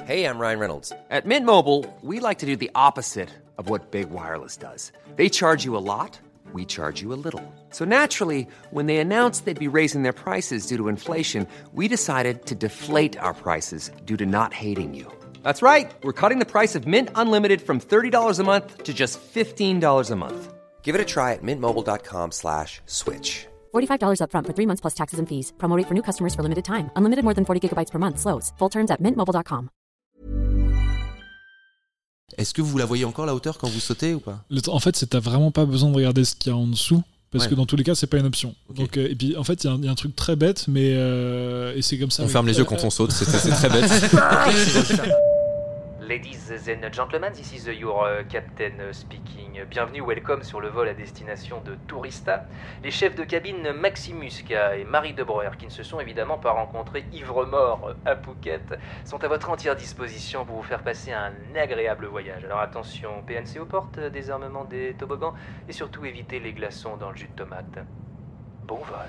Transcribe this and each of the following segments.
Hey, I'm Ryan Reynolds. At Mint Mobile, we like to do the opposite of what Big Wireless does. They charge you a lot, we charge you a little. So naturally, when they announced they'd be raising their prices due to inflation, we decided to deflate our prices due to not hating you. That's right. We're cutting the price of Mint Unlimited from $30 a month to just $15 a month. Give it a try at mintmobile.com/switch. $45 up front for 3 months plus taxes and fees. Promo rate for new customers for limited time. Unlimited more than 40 gigabytes per month. Slows full terms at mintmobile.com. Est-ce que vous la voyez encore la hauteur quand vous sautez ou pas ? En fait, t'as vraiment pas besoin de regarder ce qu'il y a en dessous. Parce Ouais. que dans tous les cas, c'est pas une option. Ok. Donc, et puis, en fait, il y a un truc très bête, mais et c'est comme ça. On ferme les yeux quand on saute, c'est très bête. Ladies and gentlemen, this is your captain speaking. Bienvenue, welcome sur le vol à destination de Tourista. Les chefs de cabine Maxime Muscat et Marie De Breuer, qui ne se sont évidemment pas rencontrés ivre-mort à Phuket, sont à votre entière disposition pour vous faire passer un agréable voyage. Alors attention, PNC aux portes, désarmement des toboggans et surtout évitez les glaçons dans le jus de tomate. Bon vol.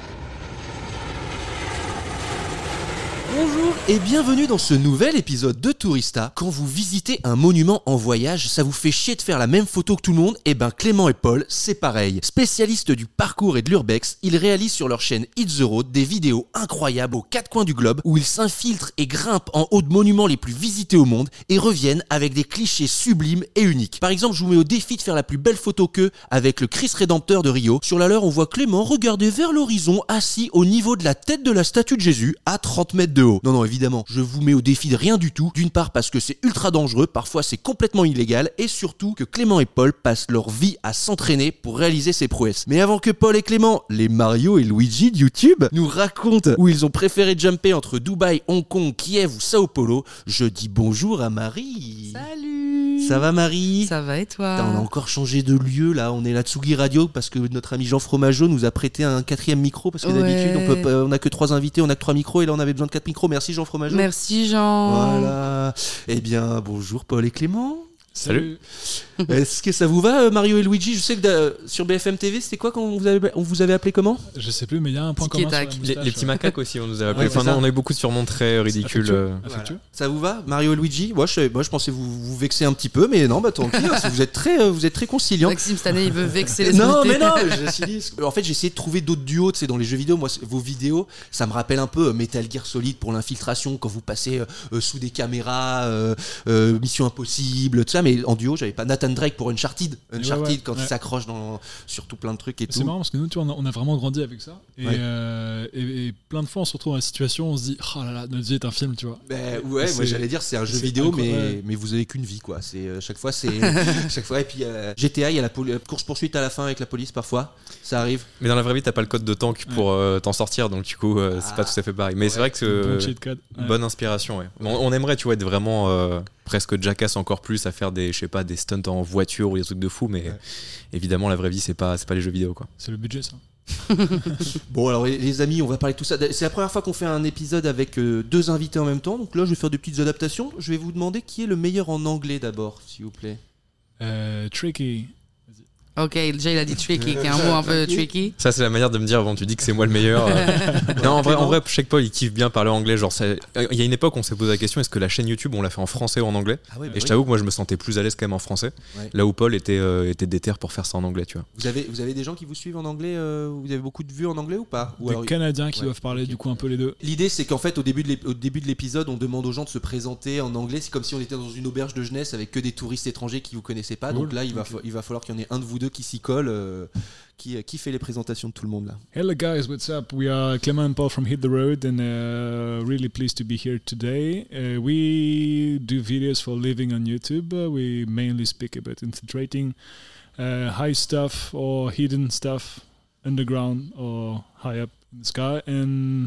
Bonjour et bienvenue dans ce nouvel épisode de Tourista. Quand vous visitez un monument en voyage, ça vous fait chier de faire la même photo que tout le monde ? Eh ben Clément et Paul, c'est pareil. Spécialistes du parcours et de l'urbex, ils réalisent sur leur chaîne Hit the Road des vidéos incroyables aux quatre coins du globe où ils s'infiltrent et grimpent en haut de monuments les plus visités au monde et reviennent avec des clichés sublimes et uniques. Par exemple, je vous mets au défi de faire la plus belle photo qu'eux avec le Christ Rédempteur de Rio. Sur la leur, on voit Clément regarder vers l'horizon assis au niveau de la tête de la statue de Jésus à 30 mètres de haut. Non, évidemment, je vous mets au défi de rien du tout. D'une part parce que c'est ultra dangereux, parfois c'est complètement illégal, et surtout que Clément et Paul passent leur vie à s'entraîner pour réaliser ces prouesses. Mais avant que Paul et Clément, les Mario et Luigi de YouTube, nous racontent où ils ont préféré jumper entre Dubaï, Hong Kong, Kiev ou Sao Paulo, je dis bonjour à Marie. Salut. Ça va Marie ? Ça va et toi ? Putain, on a encore changé de lieu là, on est là Tsugi Radio parce que notre ami Jean Fromageau nous a prêté un 4e micro parce que d'habitude on a que 3 invités, on a que 3 micros et là on avait besoin de 4 micros. Merci Jean Fromageau. Merci Jean. Voilà. Eh bien bonjour Paul et Clément. Salut. Est-ce que ça vous va Mario et Luigi ? Je sais que sur BFM TV c'était quoi quand on vous avait appelé comment ? Je sais plus, mais il y a un point commun sur la moustache. Les petits macaques aussi, on nous a appelé. Ouais, Enfin, c'est ça. non, on a eu beaucoup de surnoms très ridicules. Affectueux. Ça vous va Mario et Luigi ? Moi je pensais vous vexer un petit peu mais non tant pis, vous êtes très conciliants. Maxime cette année il veut vexer les Non, invités. mais non, je me suis dit, en fait, j'ai essayé de trouver d'autres duos, tu sais, dans les jeux vidéo. Moi, vos vidéos, ça me rappelle un peu Metal Gear Solid pour l'infiltration, quand vous passez sous des caméras, Mission Impossible, tout ça, mais en duo, j'avais pas Nathan Drake pour Uncharted. Ouais, quand il s'accroche sur tout plein de trucs et tout. C'est marrant parce que nous, tu vois, on a vraiment grandi avec ça. Et, Ouais. et plein de fois, on se retrouve dans la situation, on se dit, oh là là, notre vie est un film, tu vois. Ben ouais, moi j'allais dire c'est un jeu c'est vidéo incroyable. mais vous avez qu'une vie quoi. C'est chaque fois et puis GTA il y a la course poursuite à la fin avec la police parfois, ça arrive. Mais dans la vraie vie, t'as pas le code de tank pour t'en sortir, donc du coup, c'est pas tout à fait pareil. Mais c'est vrai que Bon cheat code. Ouais. bonne inspiration, ouais. On aimerait, tu vois, être vraiment presque jackass encore plus, à faire des stunts en voiture ou des trucs de fou, mais évidemment, la vraie vie, c'est pas les jeux vidéo, quoi. C'est le budget, ça. Bon alors les amis, on va parler de tout ça. C'est la première fois qu'on fait un épisode avec 2 invités en même temps, donc là je vais faire des petites adaptations. Je vais vous demander qui est le meilleur en anglais d'abord, s'il vous plaît. Tricky. Ok, déjà il a dit tricky, qui est un mot un peu tricky. Ça, c'est la manière de me dire, bon, tu dis que c'est moi le meilleur. Non, en vrai, je sais que Paul, il kiffe bien parler anglais. Genre, il y a une époque, on s'est posé la question, est-ce que la chaîne YouTube, on l'a fait en français ou en anglais ? Ah ouais, bah Et je oui. t'avoue que moi, je me sentais plus à l'aise quand même en français. Ouais. Là où Paul était déter pour faire ça en anglais, tu vois. Vous avez des gens qui vous suivent en anglais, vous avez beaucoup de vues en anglais ou pas ? Ou Des alors- Canadiens qui Ouais, doivent parler ok. du coup un peu les deux. L'idée c'est qu'en fait au début de l'épisode on demande aux gens de se présenter en anglais, c'est comme si on était dans une auberge de jeunesse avec que des touristes étrangers qui vous connaissaient pas, donc Cool. là il va falloir qu'il y en ait un de vous deux qui s'y colle, qui fait les présentations de tout le monde là. Hello guys, what's up? We are Clement and Paul from Hit the Road and really pleased to be here today. We do videos for a living on YouTube. We mainly speak about infiltrating high stuff or hidden stuff underground or high up in the sky and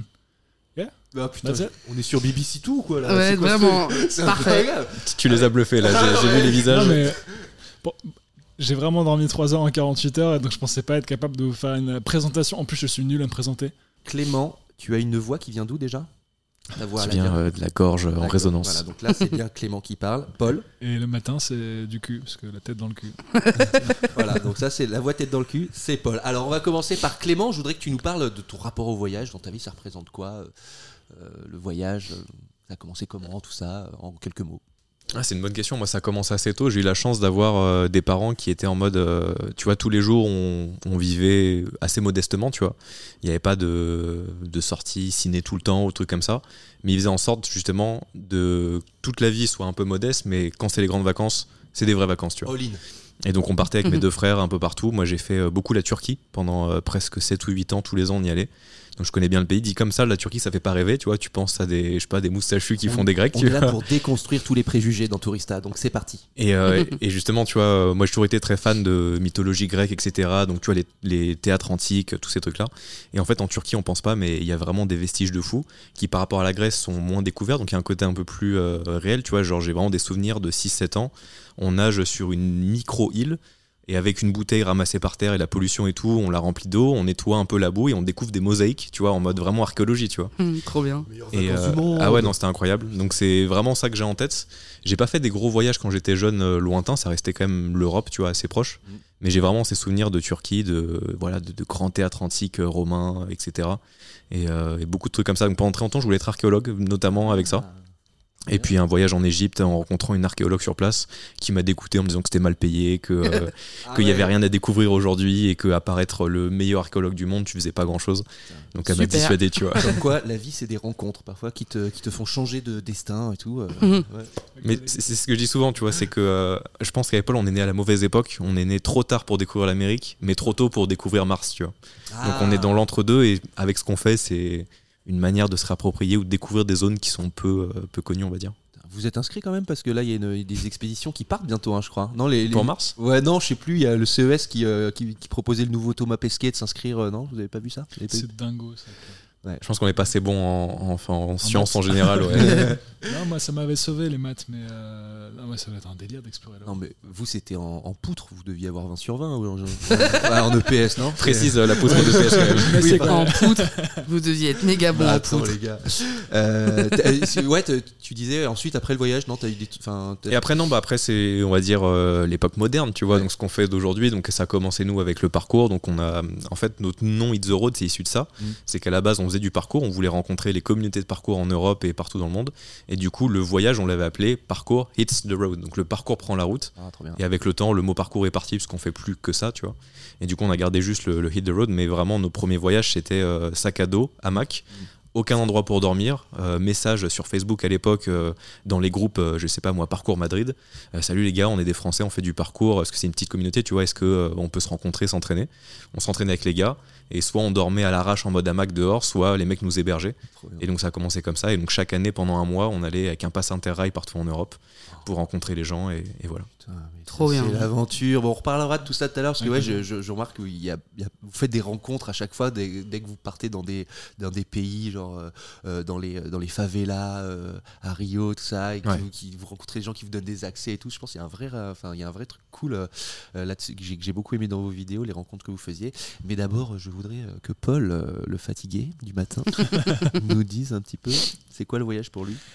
Ah putain, That's it. on est sur BBC Two ou quoi là? Ouais, C'est quoi, vraiment, c'est parfait. incroyable. Tu les as bluffés, là. J'ai vu les visages. Non, mais bon, j'ai vraiment dormi 3 heures en 48 heures, et donc je pensais pas être capable de vous faire une présentation. En plus, je suis nul à me présenter. Clément, tu as une voix qui vient d'où déjà? Ta voix à Qui la vient gueule. de la gorge en D'accord, résonance. Voilà, donc là c'est bien Clément qui parle. Paul, Et le matin, c'est du cul, parce que la tête dans le cul. voilà, donc ça c'est la voix tête dans le cul, c'est Paul. Alors on va commencer par Clément, je voudrais que tu nous parles de ton rapport au voyage. Dans ta vie, ça représente quoi le voyage Ça a commencé comment tout ça, en quelques mots? C'est une bonne question. Moi, ça a commencé assez tôt. J'ai eu la chance d'avoir des parents qui étaient en mode, tu vois, tous les jours, on vivait assez modestement, tu vois. Il n'y avait pas de sortie ciné tout le temps ou trucs comme ça. Mais ils faisaient en sorte, justement, de toute la vie soit un peu modeste, mais quand c'est les grandes vacances, c'est des vraies vacances, tu vois. All in. Et donc, on partait avec mes deux frères un peu partout. Moi, j'ai fait beaucoup la Turquie pendant presque 7 ou 8 ans. Tous les ans, on y allait. Donc je connais bien le pays. Dit comme ça, la Turquie, ça fait pas rêver, tu vois. Tu penses à des, je sais pas, des moustachus qui font des Grecs. On est là pour déconstruire tous les préjugés dans Tourista, donc c'est parti. Et justement, tu vois, moi j'ai toujours été très fan de mythologie grecque, etc. Donc tu vois, les théâtres antiques, tous ces trucs-là. Et en fait, en Turquie, on pense pas, mais il y a vraiment des vestiges de fou qui, par rapport à la Grèce, sont moins découverts. Donc il y a un côté un peu plus réel, tu vois. Genre, j'ai vraiment des souvenirs de 6-7 ans. On nage sur une micro-île. Et avec une bouteille ramassée par terre et la pollution et tout, on la remplit d'eau, on nettoie un peu la boue et on découvre des mosaïques, tu vois, en mode vraiment archéologie, tu vois. Trop bien. Et ah ouais, non, c'était incroyable. Donc c'est vraiment ça que j'ai en tête. J'ai pas fait des gros voyages quand j'étais jeune lointain, ça restait quand même l'Europe, tu vois, assez proche. Mais j'ai vraiment ces souvenirs de Turquie, de grands théâtres antiques romains, etc. Et beaucoup de trucs comme ça. Donc pendant très longtemps, je voulais être archéologue, notamment avec ça. Et puis un voyage en Égypte en rencontrant une archéologue sur place qui m'a dégoûté en me disant que c'était mal payé, qu'il y avait rien à découvrir aujourd'hui et qu'à part être le meilleur archéologue du monde, tu faisais pas grand chose. Donc elle m'a dissuadé, tu vois. Comme quoi, la vie c'est des rencontres parfois qui te font changer de destin et tout. Mais c'est ce que je dis souvent, tu vois, c'est que je pense qu'avec Paul, on est né à la mauvaise époque. On est né trop tard pour découvrir l'Amérique, mais trop tôt pour découvrir Mars, tu vois. Donc on est dans l'entre-deux et avec ce qu'on fait, c'est une manière de se réapproprier ou de découvrir des zones qui sont peu connues, on va dire. Vous êtes inscrit quand même parce que là il y a des expéditions qui partent bientôt, hein, je crois. Non, Pour Mars ? Ouais, non, je sais plus. Il y a le CES qui proposait le nouveau Thomas Pesquet de s'inscrire. Non, vous avez pas vu ça? C'est dingo ça. Ouais. Je pense qu'on est pas assez bon en sciences en général. Ouais. Non, moi ça m'avait sauvé les maths, mais ça va être un délire d'explorer là. Non, mais vous c'était en poutre, vous deviez avoir 20 sur 20 ou en EPS, non? Précise la poutre de EPS quand même. Mais c'est en poutre, vous deviez être méga bon en poutre. Les gars. Tu disais ensuite après le voyage, non, t'as eu des. Et après non, après c'est on va dire l'époque moderne, tu vois. Donc ce qu'on fait d'aujourd'hui, donc ça a commencé nous avec le parcours. Donc on a en fait notre nom Hit the Road, c'est issu de ça. C'est qu'à la base on faisait du parcours, on voulait rencontrer les communautés de parcours en Europe et partout dans le monde. Et du coup le voyage on l'avait appelé parcours Hits the Road. Donc le parcours prend la route. Trop bien. Et avec le temps le mot parcours est parti parce qu'on fait plus que ça, tu vois. Et du coup on a gardé juste le Hit the Road, mais vraiment nos premiers voyages c'était sac à dos, hamac. Aucun endroit pour dormir, message sur Facebook à l'époque dans les groupes, je sais pas moi, Parcours Madrid. Salut les gars, on est des Français, on fait du parcours. Est-ce que c'est une petite communauté, tu vois? Est-ce que on peut se rencontrer, s'entraîner? On s'entraînait avec les gars et soit on dormait à l'arrache en mode hamac dehors, soit les mecs nous hébergeaient. Et donc ça a commencé comme ça. Et donc chaque année pendant un mois, on allait avec un pass interrail partout en Europe pour rencontrer les gens et voilà. Putain, trop bien. C'est l'aventure. Bon, on reparlera de tout ça tout à l'heure parce que je remarque que vous faites des rencontres à chaque fois dès que vous partez dans des pays genre dans les favelas à Rio, tout ça, et qui vous rencontrez des gens qui vous donnent des accès et tout. Je pense qu'il y a un vrai truc cool là-dessus que j'ai beaucoup aimé dans vos vidéos, les rencontres que vous faisiez. Mais d'abord, je voudrais que Paul, le fatigué du matin, nous dise un petit peu c'est quoi le voyage pour lui.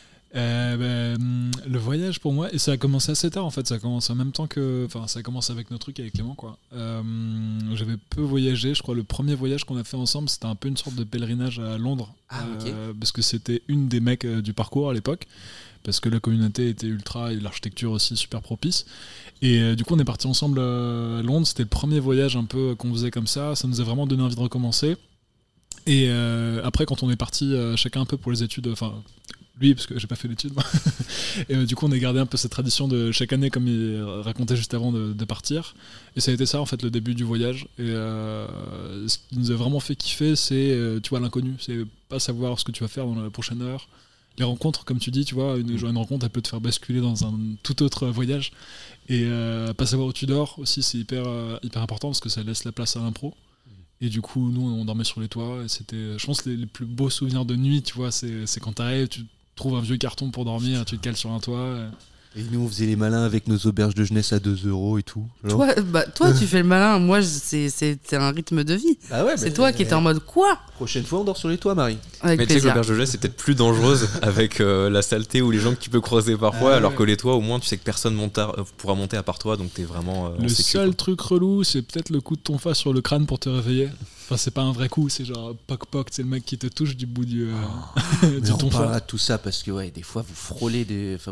Le voyage pour moi, et ça a commencé assez tard en fait, ça a commencé en même temps ça a commencé avec nos trucs avec Clément quoi. J'avais peu voyagé, je crois le premier voyage qu'on a fait ensemble c'était un peu une sorte de pèlerinage à Londres, parce que c'était une des mecs du parcours à l'époque, parce que la communauté était ultra et l'architecture aussi super propice, et du coup on est partis ensemble à Londres, c'était le premier voyage un peu qu'on faisait comme ça nous a vraiment donné envie de recommencer. Et après quand on est parti chacun un peu pour les études, lui parce que j'ai pas fait d'études moi. Et du coup on a gardé un peu cette tradition de chaque année comme il racontait juste avant de partir, et ça a été ça en fait le début du voyage. Et ce qui nous a vraiment fait kiffer c'est tu vois l'inconnu, c'est pas savoir ce que tu vas faire dans la prochaine heure. Les rencontres comme tu dis, tu vois, une rencontre elle peut te faire basculer dans un tout autre voyage, et pas savoir où tu dors aussi c'est hyper important parce que ça laisse la place à l'impro. Et du coup nous on dormait sur les toits et c'était je pense les plus beaux souvenirs de nuit, tu vois, c'est quand t'arrives, tu trouves un vieux carton pour dormir, tu te cales sur un toit. Et nous on faisait les malins avec nos auberges de jeunesse à 2 € et tout. Toi tu fais le malin, moi c'est un rythme de vie. Ah ouais, c'est toi qui étais en mode quoi? Prochaine fois on dort sur les toits, Marie. Avec mais tu sais que l'auberge de jeunesse c'est peut-être plus dangereuse avec la saleté ou les gens que tu peux croiser parfois, alors que les toits au moins tu sais que personne pourra monter à part toi, donc t'es vraiment le seul truc relou c'est peut-être le coup de ton face sur le crâne pour te réveiller. Enfin, c'est pas un vrai coup, c'est genre poc, c'est le mec qui te touche du bout du Mais on tonfa. parlera de tout ça parce que des fois vous frôlez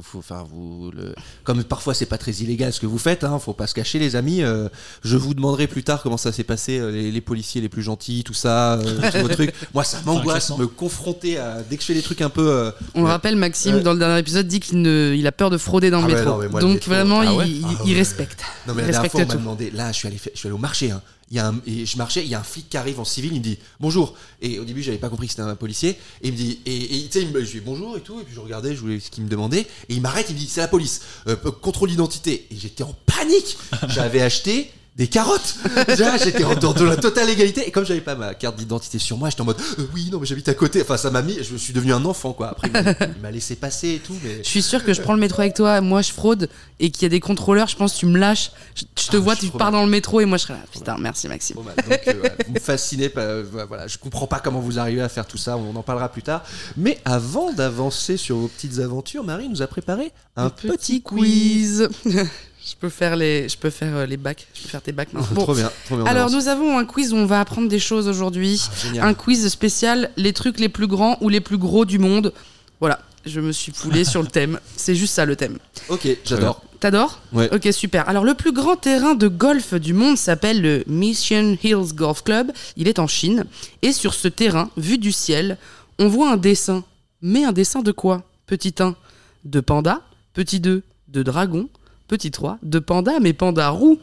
comme parfois c'est pas très illégal ce que vous faites, faut pas se cacher les amis. Je vous demanderai plus tard comment ça s'est passé, les policiers les plus gentils, tout ça, tous vos trucs. Moi ça m'angoisse, classement. me confronter à dès que je fais des trucs un peu. On le rappelle, Maxime, dans le dernier épisode, dit qu'il a peur de frauder dans le Ah ouais, métro. non, mais moi, le Donc métro- vraiment, Ah ouais il respecte. Non mais Il la dernière fois on respecte m'a tout. demandé, là je suis allé au marché, je marchais, il y a un flic qui arrive en civil, il me dit bonjour, et au début j'avais pas compris que c'était un policier, et il me dit, et tu sais, je lui dis bonjour et tout, et puis je regardais, je voulais ce qu'il me demandait, et il m'arrête, il me dit c'est la police, contrôle d'identité, et j'étais en panique, j'avais acheté des carottes. J'étais dans de la totale égalité, et comme j'avais pas ma carte d'identité sur moi, j'étais en mode oui non mais j'habite à côté, enfin ça m'a mis, je suis devenu un enfant quoi. Après il m'a laissé passer et tout, mais Je suis sûr que je prends le métro avec toi, moi je fraude, et qu'il y a des contrôleurs, je pense que tu me lâches, je te vois, je suis tu trop pars mal. dans le métro, et moi je serais là, putain, merci Maxime. Bon, bah, donc, voilà, vous me fascinez, voilà, je comprends pas comment vous arrivez à faire tout ça, on en parlera plus tard. Mais avant d'avancer sur vos petites aventures, Marie nous a préparé un petit quiz. Je peux faire les bacs, je peux faire tes bacs maintenant. Bon. Trop bien, on Alors avance. nous avons un quiz où on va apprendre des choses aujourd'hui. Génial. Un quiz spécial, les trucs les plus grands ou les plus gros du monde. Voilà, je me suis foulée sur le thème. C'est juste ça le thème. Ok, j'adore. T'adores ? Ouais. Ok, super. Alors le plus grand terrain de golf du monde s'appelle le Mission Hills Golf Club. Il est en Chine. Et sur ce terrain, vu du ciel, on voit un dessin. Mais un dessin de quoi ? Petit 1, de panda. Petit 2, de dragon. Petit 3, de panda, mais panda roux.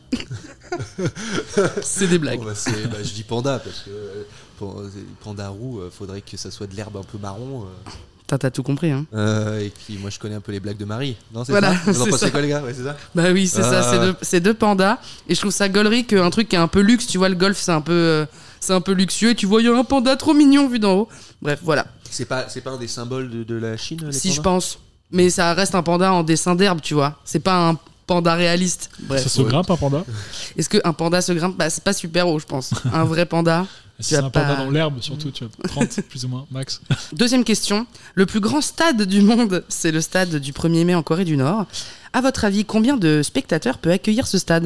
C'est des blagues. Bon, je dis panda parce que panda roux, faudrait que ça soit de l'herbe un peu marron. T'as tout compris, hein ? Et puis moi je connais un peu les blagues de Marie. Non, c'est Voilà, ça. Vous en c'est pensez ça. quoi les gars ? Ouais, c'est ça. Bah oui, c'est ça, c'est deux pandas. Et je trouve ça gaulerie qu'un truc qui est un peu luxe, tu vois, le golf c'est un peu luxueux. Et tu vois, il y a un panda trop mignon vu d'en haut. Bref, voilà. C'est pas un des symboles de la Chine, les Si je pandas pense. Mais ça reste un panda en dessin d'herbe, tu vois. C'est pas un panda réaliste. Ça Bref. se grimpe un panda. Est-ce qu'un panda se grimpe ? Bah, c'est pas super haut, je pense. Un vrai panda. Si Tu c'est as un panda pas- dans l'herbe, surtout, tu as 30 plus ou moins, max. Deuxième question. Le plus grand stade du monde, c'est le stade du 1er mai en Corée du Nord. À votre avis, combien de spectateurs peut accueillir ce stade ?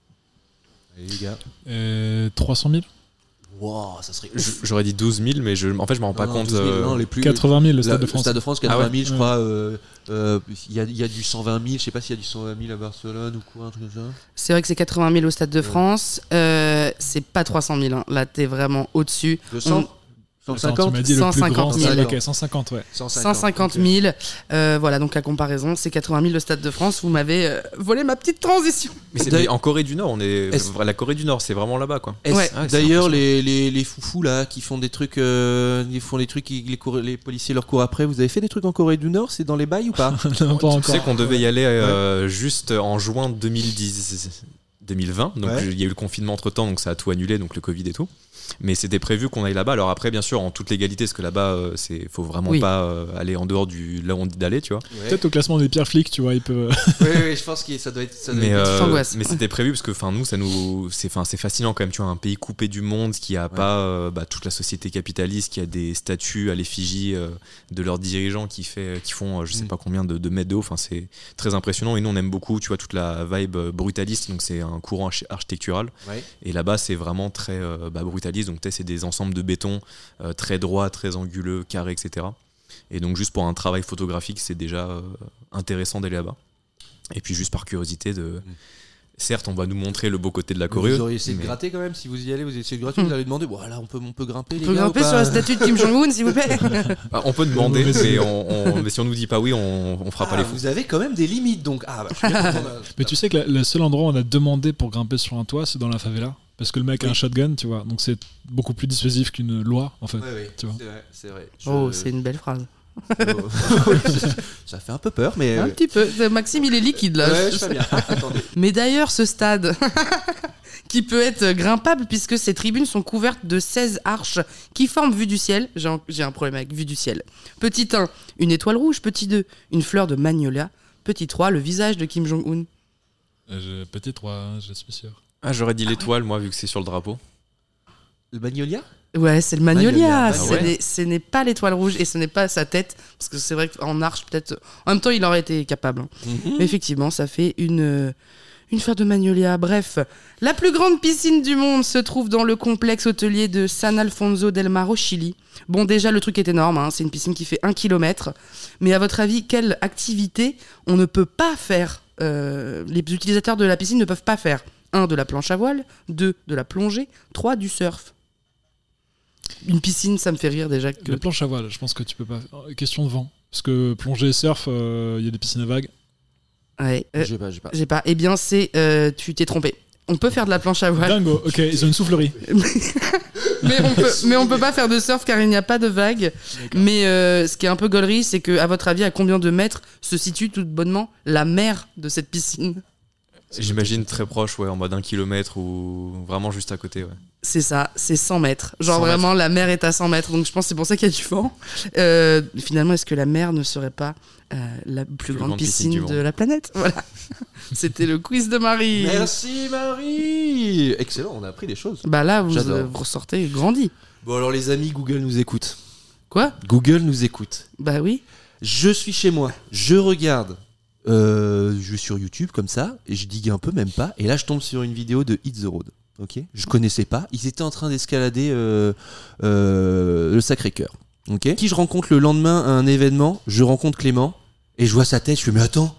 Allez, les gars. 300 000 Wow, ça serait. J'aurais dit 12 000, mais en fait, je me rends pas Non, compte. 12 000, non, les plus. 80 000, le Le Stade de France. Stade de France, 80 000, je ouais. crois. Il y a du 120 000, je sais pas s'il y a du 120 000 à Barcelone ou quoi, un truc comme ça. C'est vrai que c'est 80 000 au Stade de France. C'est pas 300 000. Hein. Là, t'es vraiment au-dessus. 200 Attends, 150 tu m'as dit le plus 150 grand 000. stade. Ok, 150, ouais. 150 000. Voilà, donc la comparaison, c'est 80 000 le Stade de France. Vous m'avez volé ma petite transition. Mais en Corée du Nord, Est-ce- la Corée du Nord, c'est vraiment là-bas, quoi. Ouais. Ah, c'est D'ailleurs, impressionnant. les foufous là qui font des trucs, ils font des trucs, les policiers leur courent après. Vous avez fait des trucs en Corée du Nord, c'est dans les bails ou pas? Non, pas Tu sais encore. qu'on devait y aller juste en juin 2020, donc Ouais. il y a eu le confinement entre temps, donc ça a tout annulé, donc le Covid et tout. Mais c'était prévu qu'on aille là-bas. Alors après, bien sûr, en toute légalité, parce que là-bas, faut vraiment Oui. pas aller en dehors là où on dit d'aller, tu vois. Peut-être au classement des pires flics, tu vois, ils peuvent. Oui, je pense que ça doit être. Mais, petite angoisse. mais c'était prévu parce que, nous, c'est fascinant quand même. Tu vois, un pays coupé du monde qui a pas toute la société capitaliste, qui a des statues à l'effigie de leurs dirigeants qui font je sais pas combien de mètres de haut. Enfin, c'est très impressionnant. Et nous, on aime beaucoup, tu vois, toute la vibe brutaliste. Donc c'est un courant architectural. Ouais. Et là-bas, c'est vraiment très brutaliste. Donc c'est des ensembles de béton très droits, très anguleux, carrés, etc. Et donc juste pour un travail photographique, c'est déjà intéressant d'aller là-bas. Et puis juste par curiosité certes, on va nous montrer le beau côté de la Corée. Vous auriez essayé de mais- gratter quand même, si vous y allez, vous essayez de gratter, vous allez demander, voilà, on peut grimper les On peut gars, grimper ou pas sur la statue de Kim Jong-un, s'il vous plaît. Ah, on peut demander, Mais c'est- mais si on nous dit pas oui, on fera pas les fous. Vous avez quand même des limites, donc. Ah, bah, je suis bien content. Mais tu sais que le seul endroit où on a demandé pour grimper sur un toit, c'est dans la favela. Parce que le mec a un shotgun, tu vois. Donc c'est beaucoup plus dissuasif qu'une loi, en fait. Ouais, Tu vois. c'est vrai. Oh, c'est une belle phrase. Ça fait un peu peur, mais. Un petit peu. Maxime, il est liquide là. Ouais, je fais bien. Attendez. Mais d'ailleurs, ce stade, qui peut être grimpable puisque ses tribunes sont couvertes de 16 arches qui forment vue du ciel. J'ai un problème avec vue du ciel. Petit 1, une étoile rouge. Petit 2, une fleur de magnolia. Petit 3, le visage de Kim Jong-un. Petit 3, je suis sûr. Ah, j'aurais dit l'étoile, moi, vu que c'est sur le drapeau. Le Magnolia? Ouais, c'est le magnolia. Magnolia. Ce Ah ouais. ce n'est pas l'étoile rouge et ce n'est pas sa tête. Parce que c'est vrai qu'en arche, peut-être. En même temps, il aurait été capable. Hein. Mais effectivement, ça fait une une fleur de magnolia. Bref, la plus grande piscine du monde se trouve dans le complexe hôtelier de San Alfonso del Mar au Chili. Bon, déjà, le truc est énorme, hein, c'est une piscine qui fait 1 km. Mais à votre avis, quelle activité on ne peut pas faire, les utilisateurs de la piscine ne peuvent pas faire? 1, de la planche à voile. 2, de la plongée. 3, du surf. Une piscine, ça me fait rire déjà. La planche à voile, je pense que tu peux pas. Question de vent. Parce que plongée et surf, il y a des piscines à vagues. Ouais. J'ai pas. Eh bien, tu t'es trompé. On peut faire de la planche à voile. Dingo, ok, ils ont une soufflerie. mais on peut pas faire de surf car il n'y a pas de vagues. Mais ce qui est un peu gaulerie, c'est que, à votre avis, à combien de mètres se situe tout bonnement la mer de cette piscine? J'imagine très proche, ouais, en mode 1 kilomètre ou vraiment juste à côté, ouais. C'est ça, c'est 100 mètres. Genre 100 vraiment, mètres. la mer est à 100 mètres. Donc je pense que c'est pour ça qu'il y a du vent. Finalement, est-ce que la mer ne serait pas la plus grande piscine du de monde. la planète? Voilà. C'était le quiz de Marie. Merci Marie. Excellent, on a appris des choses. Bah là, vous J'adore. ressortez grandi. Bon alors les amis, Google nous écoute. Quoi? Google nous écoute. Bah oui. Je suis chez moi, je regarde, je vais sur YouTube comme ça, et je digue un peu, même pas, et là je tombe sur une vidéo de Hit the Road. Ok, je connaissais pas, ils étaient en train d'escalader le Sacré-Cœur. Ok, qui je rencontre le lendemain à un événement, je rencontre Clément, et je vois sa tête, je fais mais attends,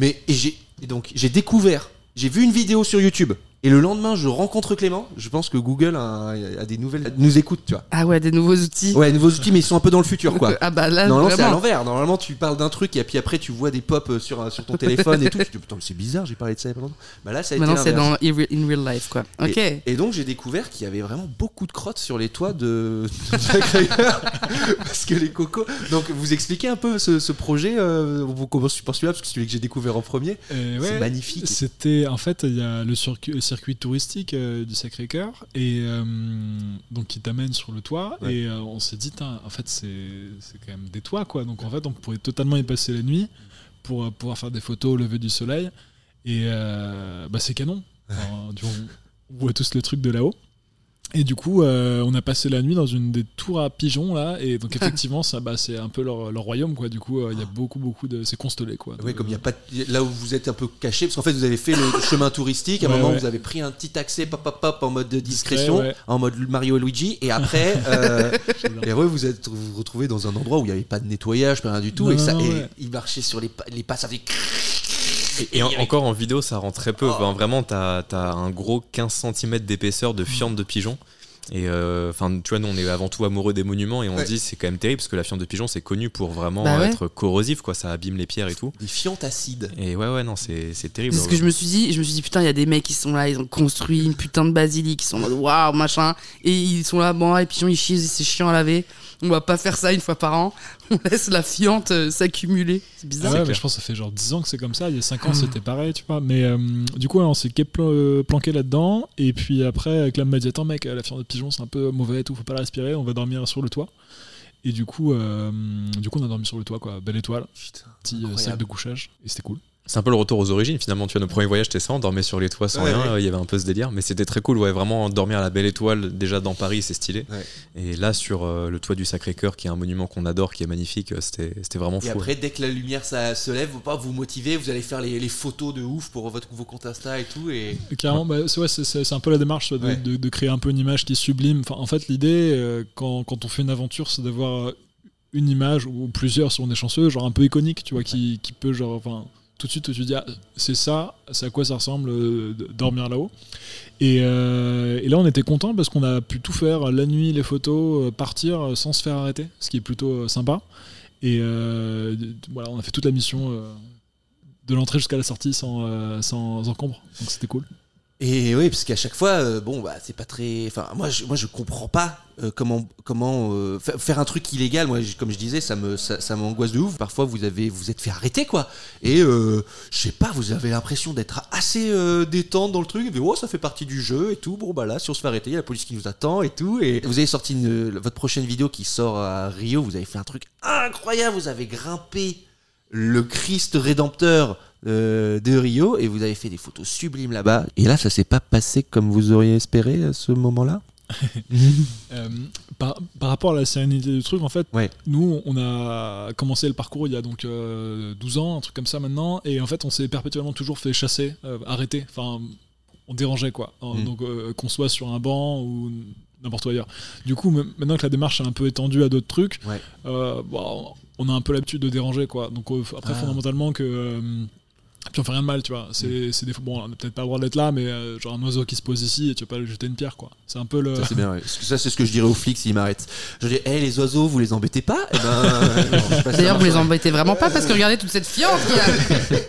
et donc j'ai découvert, j'ai vu une vidéo sur YouTube. Et le lendemain, je rencontre Clément. Je pense que Google a des nouvelles, nous écoute, tu vois. Ah ouais, des nouveaux outils. Ouais, nouveaux outils, mais ils sont un peu dans le futur, quoi. Ah bah là, Normalement, c'est à vraiment. l'envers. Normalement, tu parles d'un truc et puis après, tu vois des pop sur ton téléphone et tout. Tu te dis, putain, mais c'est bizarre, j'ai parlé de ça il y a pas longtemps. Bah là, ça a été Maintenant, c'est l'inverse. dans in real life, quoi. Ok. Et donc, j'ai découvert qu'il y avait vraiment beaucoup de crottes sur les toits de Sacré-Cœur. Parce que les cocos. Donc, vous expliquez un peu ce projet. Vous commencez par celui-là, parce que c'est celui que j'ai découvert en premier. C'est magnifique. C'était en fait, il y a le circuit touristique du Sacré-Cœur et donc qui t'amène sur le toit. Ouais. Et on s'est dit, en fait, c'est quand même des toits, quoi. Donc en fait, on pourrait totalement y passer la nuit pour pouvoir faire des photos au lever du soleil. Et bah, c'est canon. Enfin, on voit tous le truc de là-haut. Et du coup, on a passé la nuit dans une des tours à pigeons là, et donc effectivement, ça, bah, c'est un peu leur royaume, quoi. Du coup, il y a beaucoup de, c'est constellé, quoi. Ouais, comme il y a pas là où vous êtes un peu caché, parce qu'en fait vous avez fait le chemin touristique. À un Ouais, moment ouais. vous avez pris un petit accès pop en mode discrétion, Ouais. en mode Mario et Luigi, et après et ouais, vous êtes vous retrouvez dans un endroit où il n'y avait pas de nettoyage, pas rien du tout, Non, et ça, non, et ouais. il marchait sur les pas, ça fait. Et encore en vidéo, ça rend très peu. Enfin, vraiment, t'as un gros 15 cm d'épaisseur de fiente de pigeon. Et enfin, tu vois, nous on est avant tout amoureux des monuments et on se dit c'est quand même terrible parce que la fiente de pigeon c'est connu pour vraiment Bah ouais. être corrosif, quoi. Ça abîme les pierres et tout. Des fientes acides. Et ouais, non, c'est terrible. C'est ce que je me suis dit, putain, il y a des mecs qui sont là, ils ont construit une putain de basilique, ils sont en mode waouh, machin, et ils sont là, bon, les pigeons ils chient, c'est chiant à laver, on va pas faire ça une fois par an, on laisse la fiente s'accumuler, c'est Ah bizarre. ouais, mais je pense que ça fait genre 10 ans que c'est comme ça. Il y a 5 ans, c'était pareil, tu vois. Mais du coup, on s'est planqué là-dedans. Et puis après, Clam m'a dit, attends, mec, la fiente de pigeon, c'est un peu mauvais et tout, faut pas la respirer, on va dormir sur le toit. Et du coup, on a dormi sur le toit, quoi. Belle étoile, petit incroyable. sac de couchage, et c'était cool. C'est un peu le retour aux origines finalement. Tu vois, notre premier voyage c'était ça, on dormait sur les toits sans Ouais, rien. ouais. Il y avait un peu ce délire, mais c'était très cool. Ouais, vraiment dormir à la belle étoile déjà dans Paris, c'est stylé. Ouais. Et là sur le toit du Sacré-Cœur, qui est un monument qu'on adore, qui est magnifique, c'était vraiment fou. Et après, dès que la lumière ça se lève, vous motivez, vous allez faire les photos de ouf pour vos comptes Insta et tout. Et Carrément, bah, c'est un peu la démarche, tu vois, Ouais. de créer un peu une image qui est sublime. Enfin, en fait, l'idée, quand on fait une aventure, c'est d'avoir une image ou plusieurs si on est chanceux, genre un peu iconique, tu vois, qui peut genre, enfin, tout de suite tu te dis, ah, c'est ça, c'est à quoi ça ressemble de dormir là-haut. Et là, on était content parce qu'on a pu tout faire, la nuit, les photos, partir sans se faire arrêter, ce qui est plutôt sympa. Et voilà, on a fait toute la mission de l'entrée jusqu'à la sortie sans encombre, donc c'était cool. Et oui, parce qu'à chaque fois, bon, bah, c'est pas très. Enfin, moi, je comprends pas comment faire un truc illégal. Moi, comme je disais, ça m'angoisse de ouf. Parfois, vous êtes fait arrêter, quoi. Et je sais pas, vous avez l'impression d'être assez détente dans le truc. Et oh, ça fait partie du jeu et tout. Bon, bah là, si on se fait arrêter, il y a la police qui nous attend et tout. Et vous avez sorti votre prochaine vidéo qui sort à Rio. Vous avez fait un truc incroyable. Vous avez grimpé le Christ rédempteur de Rio et vous avez fait des photos sublimes là-bas. Et là, ça s'est pas passé comme vous auriez espéré à ce moment-là? Par rapport à la sérénité du truc, en fait, Ouais. nous, on a commencé le parcours il y a donc 12 ans, un truc comme ça maintenant, et en fait, on s'est perpétuellement toujours fait chasser, arrêter, enfin, on dérangeait, quoi. Donc, qu'on soit sur un banc ou n'importe où ailleurs. Du coup, maintenant que la démarche est un peu étendue à d'autres trucs, Ouais. on a un peu l'habitude de déranger, quoi. Donc, après, fondamentalement, puis on fait rien de mal, tu vois. C'est des fois, bon, on n'a peut-être pas le droit d'être là, mais genre un oiseau qui se pose ici et tu vas pas lui jeter une pierre, quoi. C'est un peu le. Ça c'est bien, ouais. Ça c'est ce que je dirais aux flics s'ils m'arrêtent. Je dis, les oiseaux, vous les embêtez pas? Eh ben, non, je sais pas si ça D'ailleurs, vous les marche. embêtez vraiment pas parce que regardez toute cette fiente qu'il y a.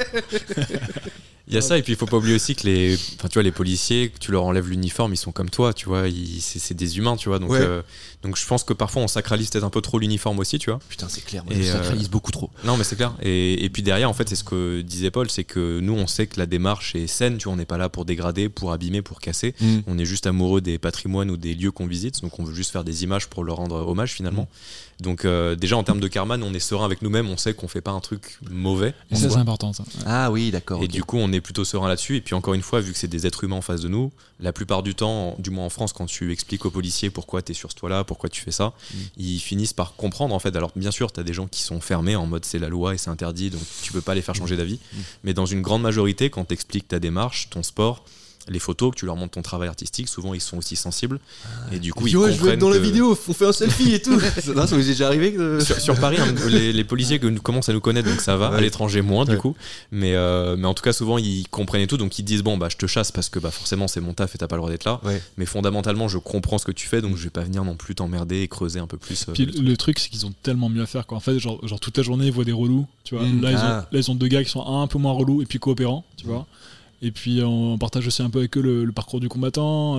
Il y a ça, et puis il faut pas oublier aussi que les policiers, que tu leur enlèves l'uniforme, ils sont comme toi, tu vois, c'est des humains, tu vois. Donc, Ouais. donc je pense que parfois on sacralise peut-être un peu trop l'uniforme aussi, tu vois. Putain, c'est clair, moi Et, je sacralise beaucoup trop. Non, mais c'est clair. Et puis derrière, en fait, c'est ce que disait Paul, c'est que nous, on sait que la démarche est saine, tu vois, on n'est pas là pour dégrader, pour abîmer, pour casser. On est juste amoureux des patrimoines ou des lieux qu'on visite, donc on veut juste faire des images pour leur rendre hommage finalement. Donc déjà en termes de karma, nous, on est serein avec nous-mêmes, on sait qu'on fait pas un truc mauvais. Et ça, c'est important, ça. Ah oui, d'accord. Et ok. du coup, on est plutôt serein là-dessus. Et puis encore une fois, vu que c'est des êtres humains en face de nous, la plupart du temps, du moins en France, quand tu expliques aux policiers pourquoi tu es sur ce toit-là, pourquoi tu fais ça, ils finissent par comprendre en fait. Alors bien sûr, tu as des gens qui sont fermés en mode c'est la loi et c'est interdit, donc tu peux pas les faire changer d'avis. Mais dans une grande majorité, quand tu expliques ta démarche, ton sport, les photos, que tu leur montres ton travail artistique, souvent ils sont aussi sensibles. Et du coup, ils Ouais, je veux comprennent être dans la que- vidéo, on fait un selfie et tout. Non, ça vous est déjà arrivé que... sur Paris, hein, les policiers commencent à nous connaître, donc ça va. Ouais. À l'étranger, moins du Ouais. coup. Mais en tout cas, souvent, ils comprennent et tout. Donc, ils disent bon, bah, je te chasse parce que bah, forcément, c'est mon taf et t'as pas le droit d'être là. Ouais. Mais fondamentalement, je comprends ce que tu fais, donc je vais pas venir non plus t'emmerder et creuser un peu plus. Puis le truc, c'est qu'ils ont tellement mieux à faire, quoi. En fait, genre toute la journée, ils voient des relous, tu vois. Là, ils ont deux gars qui sont un peu moins relous et puis coopérants, tu vois. Et puis, on partage aussi un peu avec eux le parcours du combattant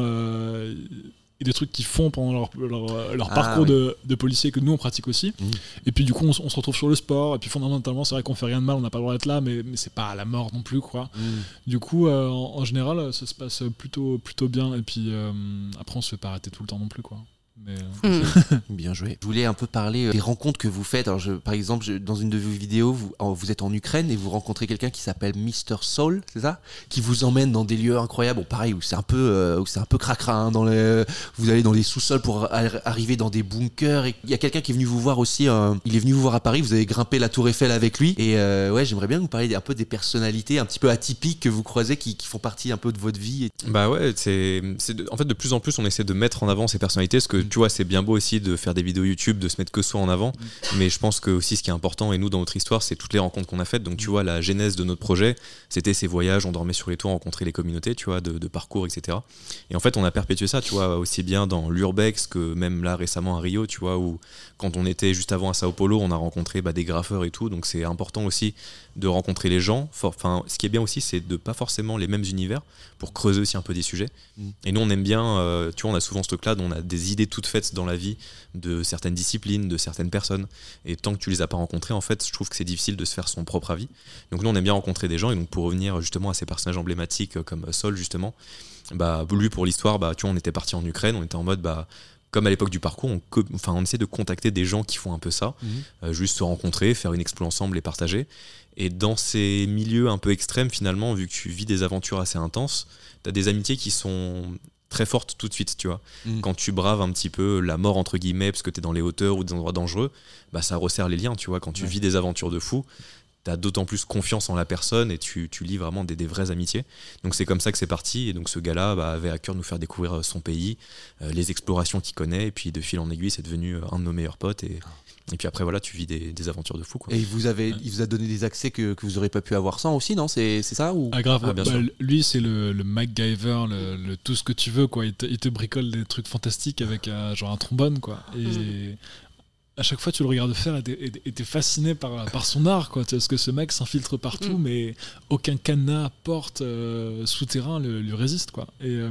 et des trucs qu'ils font pendant leur parcours de policier que nous, on pratique aussi. Et puis, du coup, on se retrouve sur le sport. Et puis, fondamentalement, c'est vrai qu'on fait rien de mal, on n'a pas le droit d'être là, mais c'est pas à la mort non plus, quoi. Du coup, en général, ça se passe plutôt bien. Et puis, après, on se fait pas arrêter tout le temps non plus, quoi. Mais, Bien joué. Je voulais un peu parler des rencontres que vous faites. Alors, par exemple, dans une de vos vidéos, vous êtes en Ukraine et vous rencontrez quelqu'un qui s'appelle Mr. Soul, c'est ça? Qui vous emmène dans des lieux incroyables. Bon, pareil, où c'est un peu cracra. Hein, vous allez dans les sous-sols pour arriver dans des bunkers. Et il y a quelqu'un qui est venu vous voir aussi. Il est venu vous voir à Paris. Vous avez grimpé la Tour Eiffel avec lui. Et ouais, j'aimerais bien que vous parliez un peu des personnalités un petit peu atypiques que vous croisez, qui font partie un peu de votre vie. Bah ouais, en fait de plus en plus on essaie de mettre en avant ces personnalités parce que tu vois c'est bien beau aussi de faire des vidéos YouTube, de se mettre que soi en avant, mais je pense que aussi ce qui est important et nous dans notre histoire c'est toutes les rencontres qu'on a faites. Donc tu vois la genèse de notre projet c'était ces voyages, on dormait sur les toits, rencontrer les communautés, tu vois, de parcours, etc. Et en fait on a perpétué ça, tu vois, aussi bien dans l'urbex que même là récemment à Rio, tu vois, où quand on était juste avant à Sao Paulo on a rencontré des graffeurs et tout. Donc c'est important aussi de rencontrer les gens. Enfin, ce qui est bien aussi, c'est de pas forcément les mêmes univers pour creuser aussi un peu des sujets. Et nous, on aime bien, tu vois, on a souvent ce truc-là, on a des idées toutes faites dans la vie de certaines disciplines, de certaines personnes. Et tant que tu les as pas rencontrées, en fait, je trouve que c'est difficile de se faire son propre avis. Donc nous, on aime bien rencontrer des gens. Et donc pour revenir justement à ces personnages emblématiques comme Sol, justement, lui pour l'histoire, tu vois, on était parti en Ukraine, on était en mode comme à l'époque du parcours, on essaie de contacter des gens qui font un peu ça, juste se rencontrer, faire une expo ensemble et partager. Et dans ces milieux un peu extrêmes, finalement, vu que tu vis des aventures assez intenses, t'as des amitiés qui sont très fortes tout de suite, tu vois. Quand tu braves un petit peu la mort, entre guillemets, parce que t'es dans les hauteurs ou des endroits dangereux, ça resserre les liens, tu vois. Quand tu vis des aventures de fou, t'as d'autant plus confiance en la personne et tu lis vraiment des vraies amitiés. Donc c'est comme ça que c'est parti. Et donc ce gars-là avait à cœur de nous faire découvrir son pays, les explorations qu'il connaît. Et puis de fil en aiguille, c'est devenu un de nos meilleurs potes. Et puis après, voilà, tu vis des aventures de fou, quoi. Et il vous a donné des accès que vous aurez pas pu avoir sans aussi, non? C'est ça ou... Ah grave, bien sûr. lui c'est le MacGyver, le tout ce que tu veux, quoi. Il te bricole des trucs fantastiques avec genre un trombone, quoi. Et à chaque fois tu le regardes faire et t'es fasciné par son art, quoi. Parce que ce mec s'infiltre partout, mais aucun cadenas, porte, souterrain lui résiste, quoi.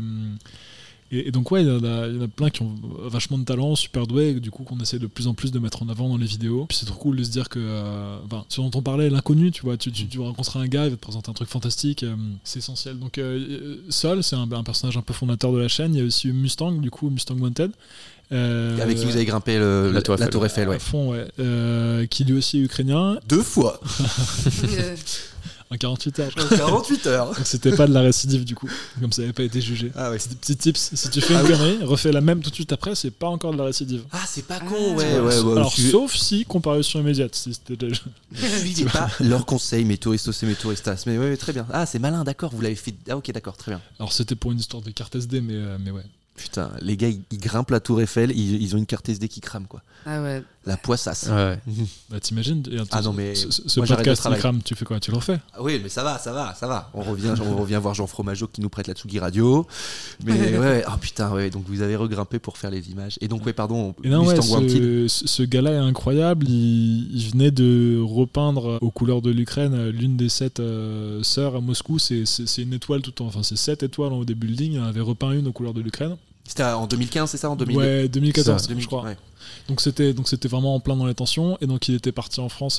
Et donc ouais, il y en a plein qui ont vachement de talent, super doués, et du coup qu'on essaie de plus en plus de mettre en avant dans les vidéos. Puis c'est trop cool de se dire que, ce dont on parlait, l'inconnu, tu vois, tu rencontreras un gars, il va te présenter un truc fantastique, c'est essentiel. Donc Sol, c'est un personnage un peu fondateur de la chaîne. Il y a aussi Mustang, du coup, Mustang Wanted. Avec qui vous avez grimpé la Tour Eiffel, ouais. À fond, ouais. Qui lui aussi est ukrainien. 2 fois. En 48 heures. 48 heures. Donc c'était pas de la récidive du coup, comme ça avait pas été jugé. Ah ouais. C'est des petits tips. Si tu fais une connerie, refais la même tout de suite après, c'est pas encore de la récidive. Ah, c'est pas con, ouais. Alors sauf si comparution immédiate. Si c'était déjà... Ne suivez pas leurs conseils, mes touristos et mes touristas. Mais ouais, très bien. Ah, c'est malin, d'accord, vous l'avez fait. Ah, ok, d'accord, très bien. Alors c'était pour une histoire de carte SD, mais ouais. Putain, les gars, ils grimpent la tour Eiffel, ils ont une carte SD qui crame, quoi. Ah ouais. La poissasse. Ouais. Bah t'imagines, Ah non, mais ce moi, j'arrête le podcast il travail. crame, tu fais quoi? Tu le refais? Ah oui, mais ça va. On revient voir Jean Fromageau qui nous prête la Tsugi Radio. Mais ouais, oh putain, ouais, donc vous avez regrimpé pour faire les images. Et donc, ouais, pardon, Et non, Mustang Wanted. ce gars-là est incroyable. Il venait de repeindre aux couleurs de l'Ukraine l'une des 7 sœurs à Moscou. C'est une étoile tout en... Enfin, c'est 7 étoiles au des buildings. Il en avait repeint une aux couleurs de l'Ukraine. C'était en 2015, c'est ça, en 2000... Ouais, 2014, ça, je crois. Ouais. Donc c'était vraiment en plein dans les tensions. Et donc il était parti en France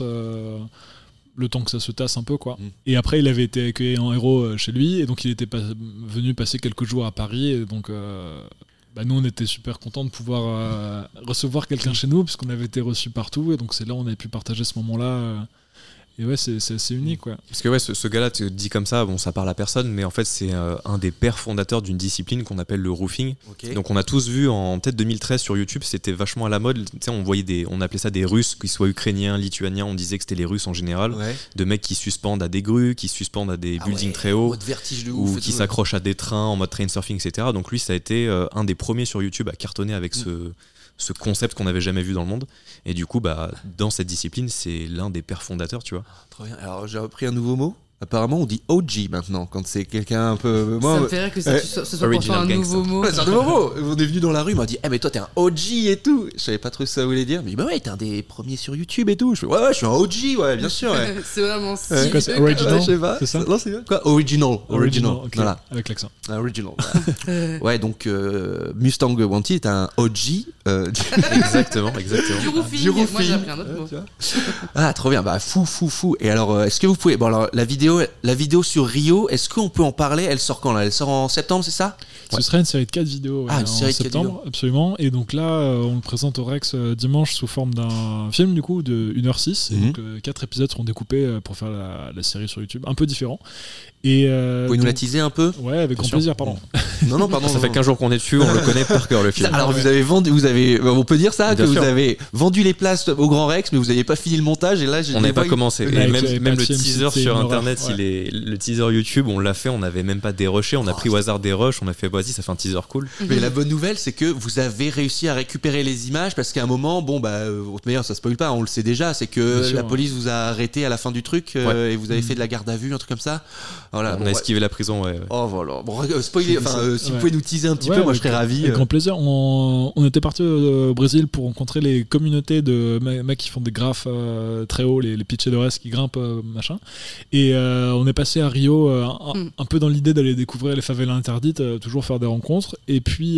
le temps que ça se tasse un peu, quoi. Et après, il avait été accueilli en héros chez lui. Et donc il était venu passer quelques jours à Paris. Et donc... nous on était super contents de pouvoir recevoir quelqu'un chez nous, puisqu'on avait été reçus partout, et donc c'est là où on avait pu partager ce moment-là. Et ouais, c'est assez unique, quoi. Parce que ouais, ce gars-là, tu dis comme ça, bon, ça parle à personne, mais en fait, c'est un des pères fondateurs d'une discipline qu'on appelle le roofing. Okay. Donc, on a tous vu en peut-être 2013 sur YouTube, c'était vachement à la mode. Tu sais, on appelait ça des Russes, qu'ils soient ukrainiens, lituaniens, on disait que c'était les Russes en général. Ouais. De mecs qui suspendent à des grues, qui suspendent à des buildings très hauts, vertige de ouf, ou qui s'accrochent à des trains en mode train surfing, etc. Donc, lui, ça a été un des premiers sur YouTube à cartonner avec ce concept qu'on n'avait jamais vu dans le monde. Et du coup, dans cette discipline, c'est l'un des pères fondateurs, tu vois. Trop bien. Alors, j'ai appris un nouveau mot. Apparemment, on dit OG maintenant, quand c'est quelqu'un un peu... Ça me fait rire que ce soit pour faire un nouveau mot. Ouais, c'est un nouveau mot. On est venu dans la rue, il m'a dit mais toi, t'es un OG et tout. Je savais pas trop ce que ça voulait dire. Mais il m'a dit ouais, t'es un des premiers sur YouTube et tout. Je fais ouais, je suis un OG, ouais, bien sûr. Ouais. C'est vraiment si. C'est quoi, c'est original? Je sais pas. C'est ça? Non, c'est quoi? Original. Ok, Voilà. avec l'accent. Original. Ouais, donc Mustang Wanted est un OG. Exactement. Du roofing. Moi, j'ai appris un autre mot. Ah, trop bien. Fou. Et alors, est-ce que vous pouvez... Bon, alors, la vidéo sur Rio, est-ce qu'on peut en parler? Elle sort quand, là? Elle sort en septembre, c'est ça? Ce serait une série de 4 vidéos une en série de 4 septembre, vidéos. absolument. Et donc là, on le présente au Rex dimanche sous forme d'un film, du coup, de 1h06. Et donc 4 épisodes seront découpés pour faire la série sur YouTube. Un peu différent. Et, vous pouvez nous la teaser un peu? Ouais, avec grand plaisir, pardon. Non, pardon. Ça fait 15 jours qu'on est dessus, on le connaît par cœur, le film. Alors, on peut dire ça, Bien que sûr. vous avez vendu les places au Grand Rex, mais vous n'avez pas fini le montage, et là, On n'avait pas commencé. Et même le film, teaser c'était sur une internet, horreur, ouais. le teaser YouTube, on l'a fait, on n'avait même pas dérushé, on a pris au hasard des rushs, on a fait vas-y, ça fait un teaser cool. Mais la bonne nouvelle, c'est que vous avez réussi à récupérer les images, parce qu'à un moment, d'ailleurs, ça spoil pas, on le sait déjà, c'est que Bien sûr, la police vous a arrêté à la fin du truc, et vous avez fait de la garde à vue, un truc comme ça. Voilà, On a esquivé la prison, ouais. Oh voilà. Bon, spoiler, si vous Ouais. pouvez nous teaser un petit Ouais, peu, moi je avec- serais ravi. Avec grand plaisir. On était parti au Brésil pour rencontrer les communautés de mecs qui font des graphes très hauts, les pitchadores qui grimpent, machin. Et on est passé à Rio un peu dans l'idée d'aller découvrir les favelas interdites, toujours faire des rencontres. Et puis,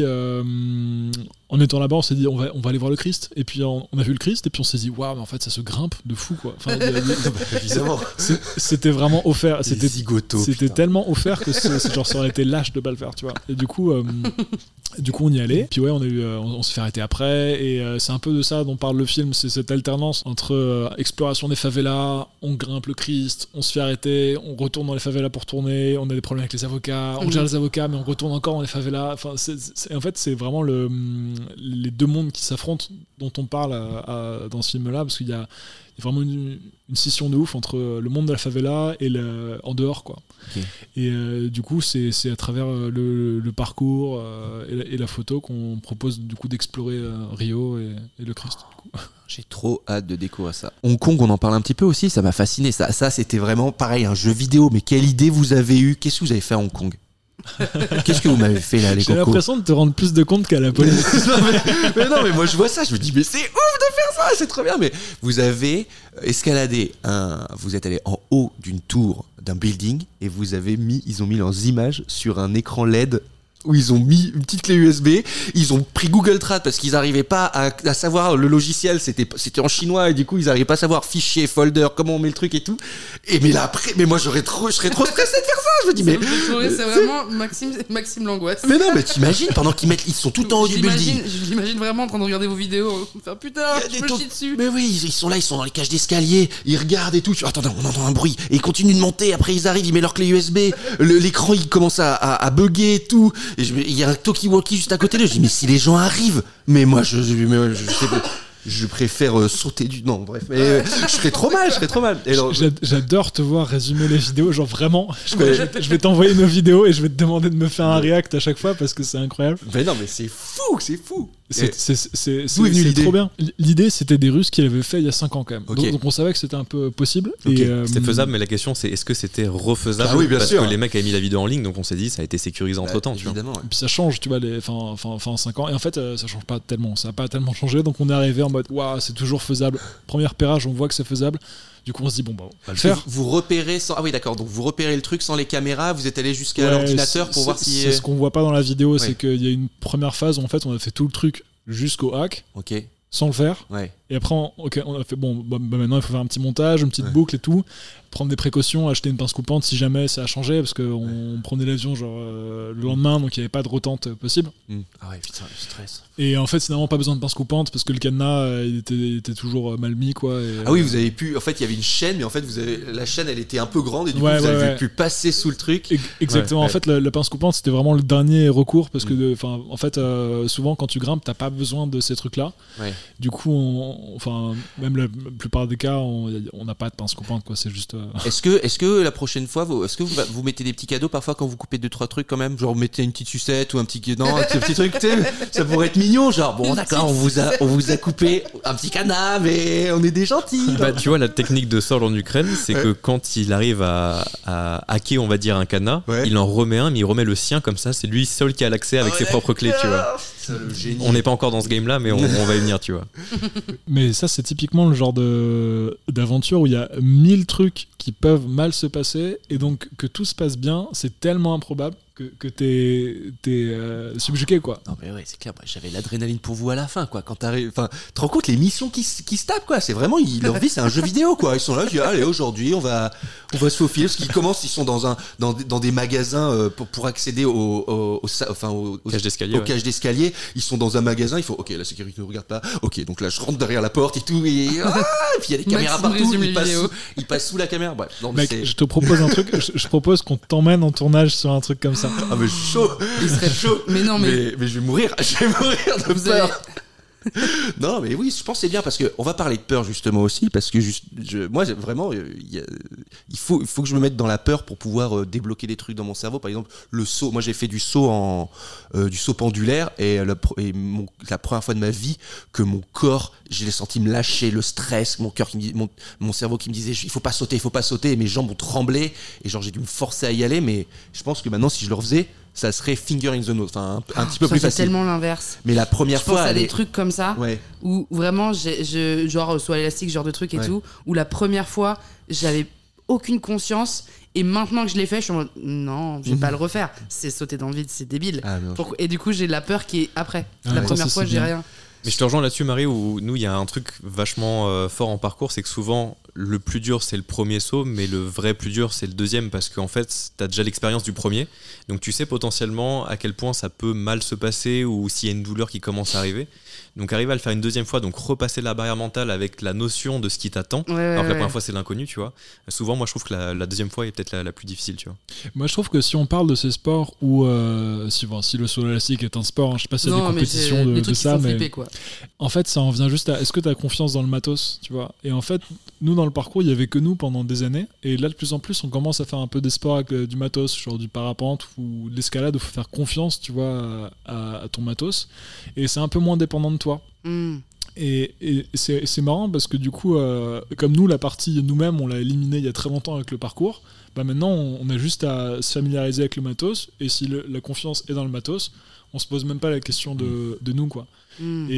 en étant là-bas, on s'est dit on va aller voir le Christ. Et puis on a vu le Christ, et puis on s'est dit waouh, mais en fait ça se grimpe de fou, quoi. Enfin, Évidemment. c'était vraiment offert. C'était zigoto. C'était tellement offert que ça aurait été lâche de pas le faire, tu vois. Et du coup, on y allait. Puis ouais, on se fait arrêter après. Et c'est un peu de ça dont parle le film. C'est cette alternance entre exploration des favelas, on grimpe le Christ, on se fait arrêter, on retourne dans les favelas pour tourner, on a des problèmes avec les avocats, on gère les avocats, mais on retourne encore dans les favelas. Enfin, en fait, c'est vraiment les deux mondes qui s'affrontent dont on parle dans ce film-là, parce qu'il y a vraiment une scission de ouf entre le monde de la favela et en dehors, quoi. Okay. Et du coup, c'est à travers le parcours et la photo qu'on propose du coup d'explorer Rio et le Christ. Du coup. J'ai trop hâte de découvrir ça. Hong Kong, on en parle un petit peu aussi, ça m'a fasciné. Ça c'était vraiment pareil, un jeu vidéo. Mais quelle idée vous avez eue? Qu'est-ce que vous avez fait à Hong Kong? Qu'est-ce que vous m'avez fait là, les J'ai cocos? l'impression de te rendre plus de compte qu'à la police. mais moi je vois ça, je me dis mais c'est ouf de faire ça, c'est trop bien. Mais vous avez escaladé vous êtes allé en haut d'une tour d'un building et ils ont mis leurs images sur un écran LED où ils ont mis une petite clé USB, ils ont pris Google Trad parce qu'ils n'arrivaient pas à savoir le logiciel, c'était en chinois et du coup ils n'arrivaient pas à savoir fichier, folder, comment on met le truc et tout. Et mais là après, mais moi je serais trop stressé de faire ça. Je me dis mais c'est vraiment Maxime l'angoisse. mais non, mais t'imagines pendant ils sont tout en haut du building. Je l'imagine vraiment en train de regarder vos vidéos, faire putain, je me chie dessus. Mais oui, ils sont là, ils sont dans les cages d'escalier, ils regardent et tout. Attends, on entend un bruit et ils continuent de monter. Après ils arrivent, ils mettent leur clé USB, l'écran il commence à bugger et tout. Et il y a un talkie-walkie juste à côté d'eux. Je dis mais si les gens arrivent, mais moi je sais pas. Je préfère sauter du... Non, bref. Mais je serais trop mal. Et alors, j'adore te voir résumer les vidéos. Genre vraiment, je vais t'envoyer nos vidéos et je vais te demander de me faire un react à chaque fois parce que c'est incroyable. Mais non, mais c'est fou. C'est D'où est venue l'idée ? trop bien. L'idée, c'était des Russes qui l'avaient fait il y a 5 ans quand même. Okay. Donc on savait que c'était un peu possible. Okay. Et, c'était faisable, mais la question c'est est-ce que c'était refaisable ? Ah oui, bien parce sûr. que les mecs avaient mis la vidéo en ligne, donc on s'est dit ça a été sécurisé entre temps. Évidemment. Et puis ça change, tu vois, en 5 ans. Et en fait, ça change pas tellement. Ça a pas tellement changé. Donc on est arrivé en mode, waouh, c'est toujours faisable. Premier repérage, on voit que c'est faisable. Du coup, on se dit, bon, bah, on va le faire. Vous repérez sans... Ah oui, d'accord. Donc, vous repérez le truc sans les caméras. Vous êtes allé jusqu'à l'ordinateur pour voir si... C'est ce qu'on voit pas dans la vidéo. C'est qu'il y a une première phase où, en fait, on a fait tout le truc jusqu'au hack. Ok. Sans le faire. Ouais. Et après, on a fait, bon, bah, maintenant, il faut faire un petit montage, une petite boucle et tout. Prendre des précautions, acheter une pince coupante si jamais ça a changé, parce qu'on prenait l'avion genre le lendemain, donc il n'y avait pas de retente possible. Ah ouais, putain, le stress. Et en fait, c'est vraiment pas besoin de pince coupante, parce que le cadenas, il était toujours mal mis, quoi. Et, ah oui, vous avez pu... En fait, il y avait une chaîne, mais en fait, la chaîne, elle était un peu grande, et du coup, vous avez pu passer sous le truc. Exactement. En fait, la pince coupante, c'était vraiment le dernier recours, parce que, en fait, souvent, quand tu grimpes, t'as pas besoin de ces trucs-là. Ouais. Du coup, même la plupart des cas, on n'a pas de pince coupante, quoi. C'est juste... Est-ce que la prochaine fois, est-ce que vous mettez des petits cadeaux parfois quand vous coupez 2-3 trucs quand même, genre vous mettez une petite sucette ou un petit truc, ça pourrait être mignon, genre bon d'accord, on vous a coupé un petit canard, mais on est des gentils. Bah tu vois, la technique de Sol en Ukraine, c'est que quand il arrive à hacker, on va dire un cadenas, il en remet un, mais il remet le sien comme ça, c'est lui seul qui a l'accès avec ses propres clés, tu vois. On n'est pas encore dans ce game là, mais on va y venir, tu vois. Mais ça, c'est typiquement le genre d'aventure où il y a 1000 trucs qui peuvent mal se passer, et donc que tout se passe bien, c'est tellement improbable que t'es subjugué, quoi. Non mais ouais, c'est clair, j'avais l'adrénaline pour vous à la fin, quoi. Quand t'arrives, tu te rends compte les missions qui se tapent, quoi. C'est vraiment, leur vie c'est un jeu vidéo, quoi. Ils sont là, ils disent allez, aujourd'hui on va se faufiler, parce qu'ils commencent, ils sont dans des magasins pour accéder aux cages d'escalier. Ils sont dans un magasin, il faut ok, la sécurité ne regarde pas, ok, donc là je rentre derrière la porte et tout, et puis il y a des caméras partout, ils passent sous la caméra. Bref, non, mais mec, je te propose un truc, je propose qu'on t'emmène en tournage sur un truc comme ça. Ah mais chaud, il serait chaud. Mais non mais je vais mourir de peur. Non mais oui, je pense que c'est bien parce que on va parler de peur justement aussi, parce que moi vraiment il faut que je me mette dans la peur pour pouvoir débloquer des trucs dans mon cerveau. Par exemple le saut, moi j'ai fait du saut pendulaire, et la première fois de ma vie que mon corps, je l'ai senti me lâcher, le stress, mon cœur mon cerveau qui me disait il faut pas sauter, et mes jambes ont tremblé et genre j'ai dû me forcer à y aller. Mais je pense que maintenant si je le refaisais, ça serait finger in the nose, enfin un petit peu plus facile. C'est tellement l'inverse. Mais la première fois, je pense à des trucs comme ça, ouais, où vraiment, genre soit élastique, genre de trucs et tout, où la première fois, j'avais aucune conscience, et maintenant que je l'ai fait, je suis en mode non, je vais pas le refaire. C'est sauter dans le vide, c'est débile. Et du coup, j'ai la peur qui est après. La première fois, j'ai rien. Mais je te rejoins là-dessus, Marie, où nous, il y a un truc vachement fort en parcours, c'est que souvent, le plus dur, c'est le premier saut, mais le vrai plus dur, c'est le deuxième, parce qu'en fait, t'as déjà l'expérience du premier, donc tu sais potentiellement à quel point ça peut mal se passer, ou s'il y a une douleur qui commence à arriver. Donc arriver à le faire une deuxième fois, donc repasser la barrière mentale avec la notion de ce qui t'attend, alors que la première fois c'est l'inconnu, tu vois. Souvent moi je trouve que la deuxième fois est peut-être la plus difficile, tu vois. Moi je trouve que si on parle de ces sports où si le saut élastique est un sport, je sais pas s'il y a des compétitions de ça, mais flipper, quoi. En fait ça en vient juste à est-ce que tu as confiance dans le matos, tu vois. Et en fait nous dans le parcours il y avait que nous pendant des années, et là de plus en plus on commence à faire un peu des sports avec du matos, genre du parapente ou de l'escalade où il faut faire confiance, tu vois, à ton matos, et c'est un peu moins dépendant de toi. Et c'est marrant parce que du coup comme nous la partie nous-mêmes on l'a éliminée il y a très longtemps avec le parcours, bah maintenant on a juste à se familiariser avec le matos, et si la confiance est dans le matos, on se pose même pas la question de nous, quoi.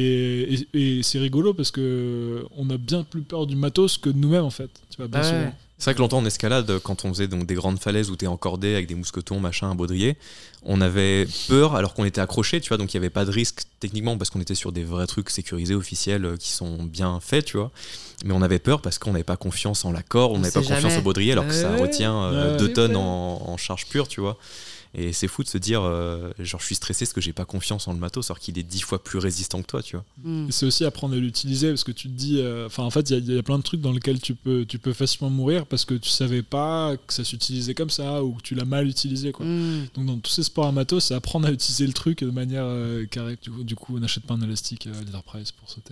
Et c'est rigolo parce que on a bien plus peur du matos que de nous-mêmes, en fait, tu vois, bien souvent. C'est vrai que longtemps en escalade, quand on faisait donc des grandes falaises où t'es encordé avec des mousquetons, machin, un baudrier, on avait peur alors qu'on était accroché, tu vois, donc il n'y avait pas de risque techniquement parce qu'on était sur des vrais trucs sécurisés, officiels, qui sont bien faits, tu vois. Mais on avait peur parce qu'on n'avait pas confiance en la corde, on n'avait pas confiance au baudrier alors que ça retient 2 tonnes en charge pure, tu vois. Et c'est fou de se dire, genre je suis stressé parce que j'ai pas confiance en le matos alors qu'il est 10 fois plus résistant que toi, tu vois. Et c'est aussi apprendre à l'utiliser parce que tu te dis, en fait il y a plein de trucs dans lesquels tu peux facilement mourir parce que tu savais pas que ça s'utilisait comme ça ou que tu l'as mal utilisé, quoi. Donc dans tous ces sports à matos, c'est apprendre à utiliser le truc de manière correcte. Du coup on n'achète pas un élastique à Leather Price pour sauter.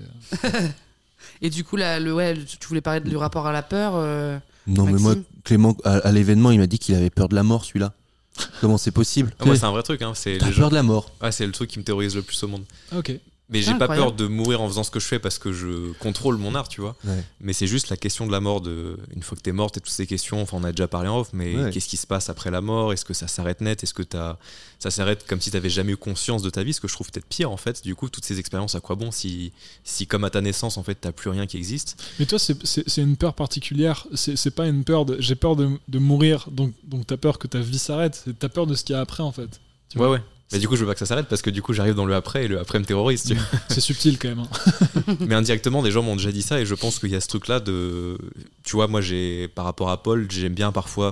Et du coup, là, tu voulais parler du rapport à la peur Non, mais moi, Clément, à l'événement, il m'a dit qu'il avait peur de la mort, celui-là. Comment c'est possible? Moi, c'est un vrai truc. Hein. T'as peur de la mort? C'est le truc qui me terrorise le plus au monde. Ok. Mais j'ai pas peur de mourir en faisant ce que je fais parce que je contrôle mon art, tu vois. Ouais. Mais c'est juste la question de la mort. Une fois que t'es morte et toutes ces questions, enfin, on a déjà parlé en off, mais qu'est-ce qui se passe après la mort? Est-ce que ça s'arrête net? Est-ce que ça s'arrête comme si t'avais jamais eu conscience de ta vie? Ce que je trouve peut-être pire, en fait. Du coup, toutes ces expériences, à quoi bon si comme à ta naissance, en fait, t'as plus rien qui existe? Mais toi, c'est une peur particulière. C'est pas une peur j'ai peur de mourir, donc t'as peur que ta vie s'arrête. T'as peur de ce qu'il y a après, en fait. Tu vois. Mais du coup, je veux pas que ça s'arrête parce que du coup, j'arrive dans le après et le après me terrorise. Tu vois. C'est subtil quand même. Hein. Mais indirectement, des gens m'ont déjà dit ça et je pense qu'il y a ce truc-là de. Tu vois, moi, par rapport à Paul, j'aime bien parfois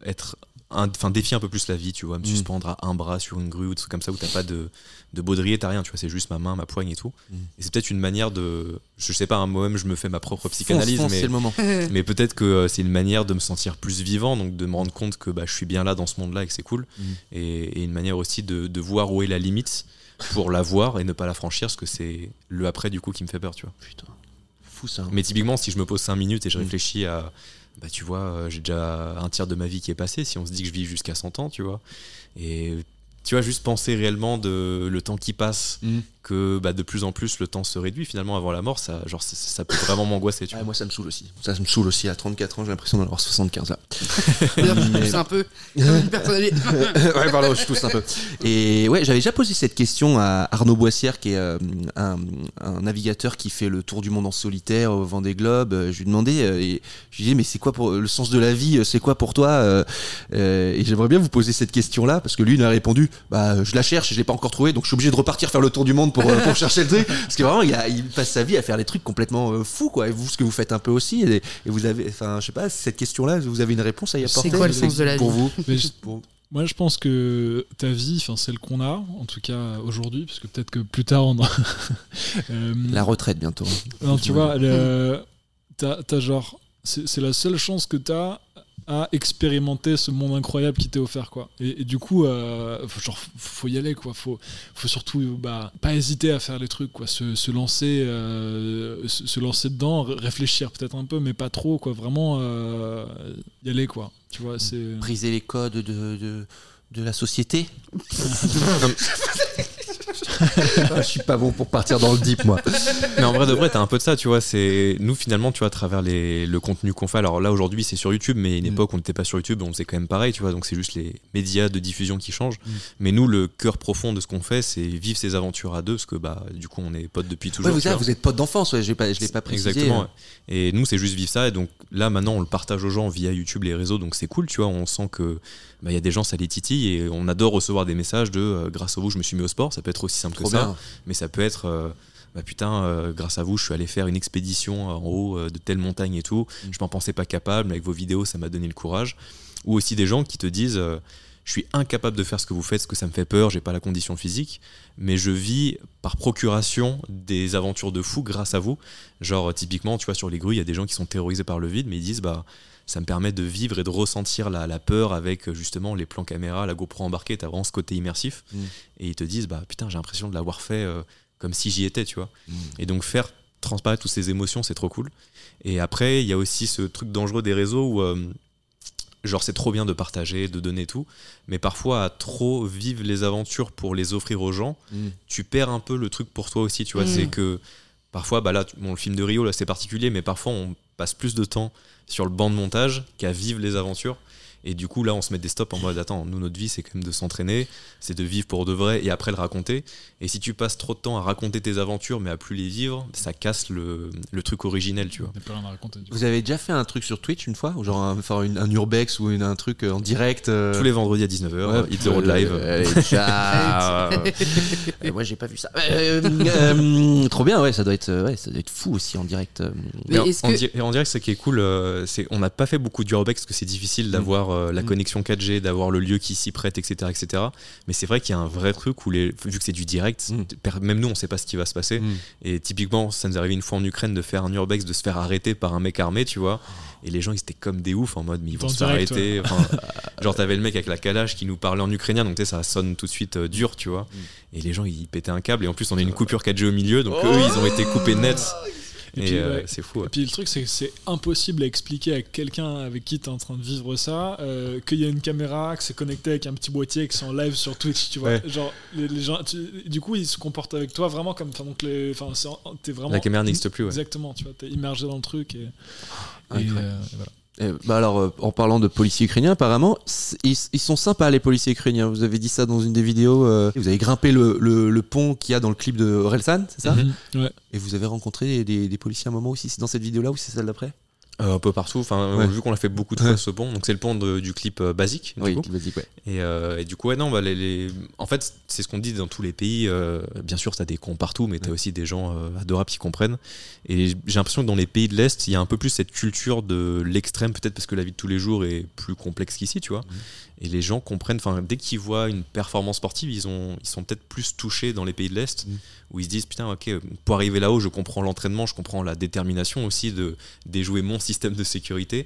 défier un peu plus la vie, tu vois, me suspendre à un bras sur une grue ou des trucs comme ça où t'as pas de baudrier, t'as rien, tu vois, c'est juste ma main, ma poigne et tout. Et c'est peut-être une manière de. Je sais pas, moi-même, je me fais ma propre psychanalyse, c'est le moment. Mais peut-être que c'est une manière de me sentir plus vivant, donc de me rendre compte que je suis bien là dans ce monde-là et que c'est cool. Et une manière aussi de voir où est la limite pour la voir et ne pas la franchir, parce que c'est le après, du coup, qui me fait peur, tu vois. Putain, fou ça. Mais typiquement, si je me pose 5 minutes et je réfléchis à. Tu vois, j'ai déjà un tiers de ma vie qui est passé, si on se dit que je vis jusqu'à 100 ans, tu vois. Et tu vois, juste penser réellement le temps qui passe, que de plus en plus le temps se réduit finalement avant la mort, ça peut vraiment m'angoisser, tu vois. Moi, ça me saoule aussi. Ça me saoule aussi. À 34 ans, j'ai l'impression d'en avoir 75 là. Je tousse un peu. Une personnalité. Ouais, pardon, je tousse un peu. Et ouais, j'avais déjà posé cette question à Arnaud Boissière, qui est un navigateur qui fait le tour du monde en solitaire au Vendée Globe. Je lui demandais, et je lui disais, mais c'est quoi pour le sens de la vie? C'est quoi pour toi? Et j'aimerais bien vous poser cette question-là, parce que lui, il a répondu, je la cherche, je l'ai pas encore trouvée, donc je suis obligé de repartir faire le tour du monde pour chercher le truc. Parce que vraiment, il passe sa vie à faire des trucs complètement fous, quoi. Et vous, ce que vous faites un peu aussi, et vous avez, enfin, je sais pas, cette question-là, vous avez une réponse à y apporter? C'est quoi le sens de la vie pour vous? Moi, je pense que ta vie, celle qu'on a, en tout cas aujourd'hui, parce que peut-être que plus tard on a la retraite bientôt. Non, tu vois, t'as genre, c'est la seule chance que t'as à expérimenter ce monde incroyable qui t'est offert, quoi. Et du coup, faut y aller, quoi. Faut surtout pas hésiter à faire les trucs, quoi. Se lancer dedans, réfléchir peut-être un peu, mais pas trop, quoi. Vraiment y aller, quoi. Tu vois, c'est briser les codes de la société. Je suis pas bon pour partir dans le deep, moi. Mais en vrai de vrai, t'as un peu de ça, tu vois. C'est nous finalement, tu vois, à travers le contenu qu'on fait. Alors là aujourd'hui, c'est sur YouTube, mais à une époque, on n'était pas sur YouTube, on faisait quand même pareil, tu vois. Donc c'est juste les médias de diffusion qui changent. Mais nous, le cœur profond de ce qu'on fait, c'est vivre ces aventures à deux, parce que du coup, on est potes depuis toujours. Ouais, vous êtes potes d'enfance, ouais. Je l'ai pas précisé. Exactement. Ouais. Et nous, c'est juste vivre ça. Et donc là, maintenant, on le partage aux gens via YouTube, les réseaux. Donc c'est cool, tu vois. On sent que y a des gens, ça les titille, et on adore recevoir des messages de grâce à vous, je me suis mis au sport. Ça peut être aussi simple que ça, mais ça peut être grâce à vous, je suis allé faire une expédition en haut de telle montagne et tout. Je m'en pensais pas capable, mais avec vos vidéos, ça m'a donné le courage. Ou aussi des gens qui te disent je suis incapable de faire ce que vous faites, parce que ça me fait peur, j'ai pas la condition physique, mais je vis par procuration des aventures de fou grâce à vous. Genre typiquement, tu vois, sur les grues, il y a des gens qui sont terrorisés par le vide, mais ils disent ça me permet de vivre et de ressentir la peur avec justement les plans caméra, la GoPro embarquée, t'as vraiment ce côté immersif. Et ils te disent putain, j'ai l'impression de l'avoir fait comme si j'y étais, tu vois. Et donc faire transparaître toutes ces émotions, c'est trop cool. Et après, il y a aussi ce truc dangereux des réseaux où genre c'est trop bien de partager, de donner tout, mais parfois à trop vivre les aventures pour les offrir aux gens, tu perds un peu le truc pour toi aussi, tu vois. C'est que parfois, le film de Rio, là, c'est particulier, mais parfois on passe plus de temps sur le banc de montage qu'à vivre les aventures. Et du coup là on se met des stops en mode attends, nous notre vie c'est quand même de s'entraîner, c'est de vivre pour de vrai et après le raconter. Et si tu passes trop de temps à raconter tes aventures mais à plus les vivre, ça casse le truc originel, tu vois. On n'a plus rien à raconter. Vous avez déjà fait un truc sur Twitch une fois, ou genre un urbex ou un truc en direct Tous les vendredis à 19h, Hit the Road Live. Moi j'ai pas vu ça. Trop bien, ouais, ça doit être fou aussi en direct. Mais Et est-ce que- on dirait que ce qui est cool, c'est on n'a pas fait beaucoup d'urbex parce que c'est difficile d'avoir la connexion 4G, d'avoir le lieu qui s'y prête, etc., etc. Mais c'est vrai qu'il y a un vrai truc où vu que c'est du direct, même nous on sait pas ce qui va se passer. Et typiquement, ça nous est arrivé une fois en Ukraine de faire un urbex, de se faire arrêter par un mec armé, tu vois. Et les gens ils étaient comme des oufs en mode mais ils vont En se faire direct, arrêter. Enfin, genre t'avais le mec avec la calage qui nous parlait en ukrainien, donc tu sais ça sonne tout de suite dur, tu vois. Et les gens ils pétaient un câble et en plus on a une coupure 4G au milieu, donc eux ils ont été coupés net. Et Et, puis, ouais. c'est fou. Ouais. Et puis le truc, c'est que c'est impossible à expliquer à quelqu'un avec qui tu es en train de vivre ça, qu'il y a une caméra, que c'est connecté avec un petit boîtier, que c'est en live sur Twitch, tu vois. Ouais. Genre, les gens, du coup, ils se comportent avec toi vraiment comme. Donc t'es vraiment. La caméra n'existe plus, ouais. Exactement, tu vois, t'es immergé dans le truc. Et Incroyable. voilà. Alors, en parlant de policiers ukrainiens, apparemment, ils sont sympas les policiers ukrainiens. Vous avez dit ça dans une des vidéos. Vous avez grimpé le pont qu'il y a dans le clip de Orelsan, c'est ça Ouais. Et vous avez rencontré des policiers à un moment aussi. C'est dans cette vidéo-là ou c'est celle d'après? Un peu partout, enfin, Ouais. vu qu'on l'a fait beaucoup de fois ce pont, donc c'est le pont du clip basique. Du coup. vas-y, ouais. Et du coup, ouais, non, bah, en fait, c'est ce qu'on dit dans tous les pays. Bien sûr, t'as des cons partout, mais t'as aussi des gens adorables qui comprennent. Et j'ai l'impression que dans les pays de l'Est, il y a un peu plus cette culture de l'extrême, peut-être parce que la vie de tous les jours est plus complexe qu'ici, tu vois. Et les gens comprennent, enfin, dès qu'ils voient une performance sportive, ils sont peut-être plus touchés dans les pays de l'Est, où ils se disent, putain, ok, pour arriver là-haut, je comprends l'entraînement, je comprends la détermination aussi de déjouer mon système de sécurité.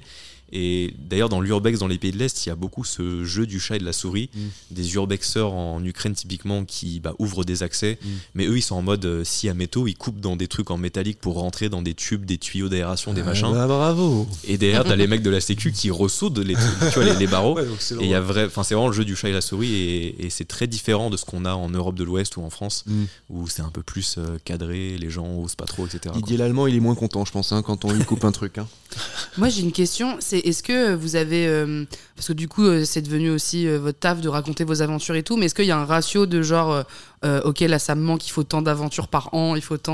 Et d'ailleurs, dans l'urbex, dans les pays de l'Est, il y a beaucoup ce jeu du chat et de la souris, des urbexeurs en Ukraine typiquement qui ouvrent des accès, mais eux ils sont en mode scie à métaux, ils coupent dans des trucs en métallique pour rentrer dans des tubes, des tuyaux d'aération, des machins. Bah, bravo. Et derrière, t'as les mecs de la sécu qui ressoudent les trucs, tu vois, les barreaux. Et il y a c'est vraiment le jeu du chat et la souris, et c'est très différent de ce qu'on a en Europe de l'Ouest ou en France, où c'est un peu plus cadré, les gens osent pas trop, etc. Didier l'Allemand, il est moins content, je pense, quand on lui coupe un truc. Moi j'ai une question, c'est est-ce que vous avez, parce que du coup c'est devenu aussi votre taf de raconter vos aventures et tout, mais est-ce qu'il y a un ratio de genre, ok là ça me manque, il faut tant d'aventures par an, il faut tant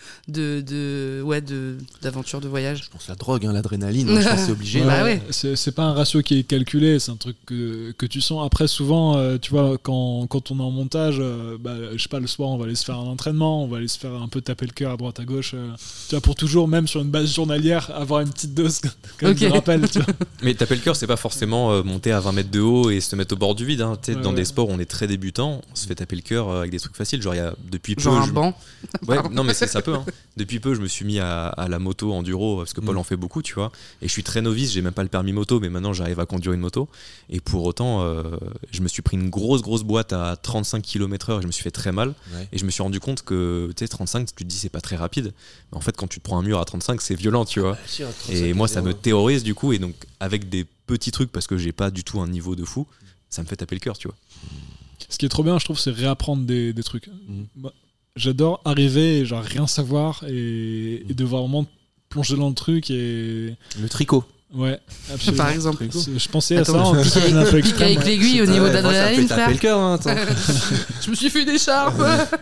d'aventures de voyage. Je pense la drogue, l'adrénaline, je pense que c'est obligé. Bah ouais. C'est pas un ratio qui est calculé, c'est un truc que tu sens. Après, souvent, tu vois, quand on est en montage, je sais pas, le soir, on va aller se faire un entraînement, on va aller se faire un peu taper le cœur à droite à gauche. Tu vois, pour toujours, même sur une base journalière, avoir une petite dose comme de rappel. Tu vois. Mais taper le cœur, c'est pas forcément monter à 20 mètres de haut et se mettre au bord du vide. Hein. Tu sais, dans des sports où on est très débutant, on se fait taper le cœur avec des trucs faciles. Genre, il y a depuis peu. Genre un banc. Ouais, non, mais ça peut. Hein. Depuis peu, je me suis mis à la moto enduro parce que Paul en fait beaucoup, tu vois. Et je suis très novice, j'ai même pas le permis moto, mais maintenant j'arrive à conduire une moto. Et pour autant, je me suis pris une grosse boîte à 35 km/h et je me suis fait très mal. Ouais. Et je me suis rendu compte que, tu sais, 35, tu te dis c'est pas très rapide. Mais en fait, quand tu te prends un mur à 35, c'est violent, tu vois. Et moi, ça me terrorise du coup. Et donc, avec des petits trucs, parce que j'ai pas du tout un niveau de fou, ça me fait taper le cœur, tu vois. Ce qui est trop bien, je trouve, c'est réapprendre des trucs. Moi, j'adore arriver et genre rien savoir et devoir vraiment plonger dans le truc et... Le tricot. Ouais, absolument. Par exemple. Je pensais à Attends, ça en pique discipline un peu pique extrême. avec l'aiguille au niveau Ouais, moi, ça me fait d'adrénaline, taper frère. le cœur, attends. Je me suis fait des écharpes.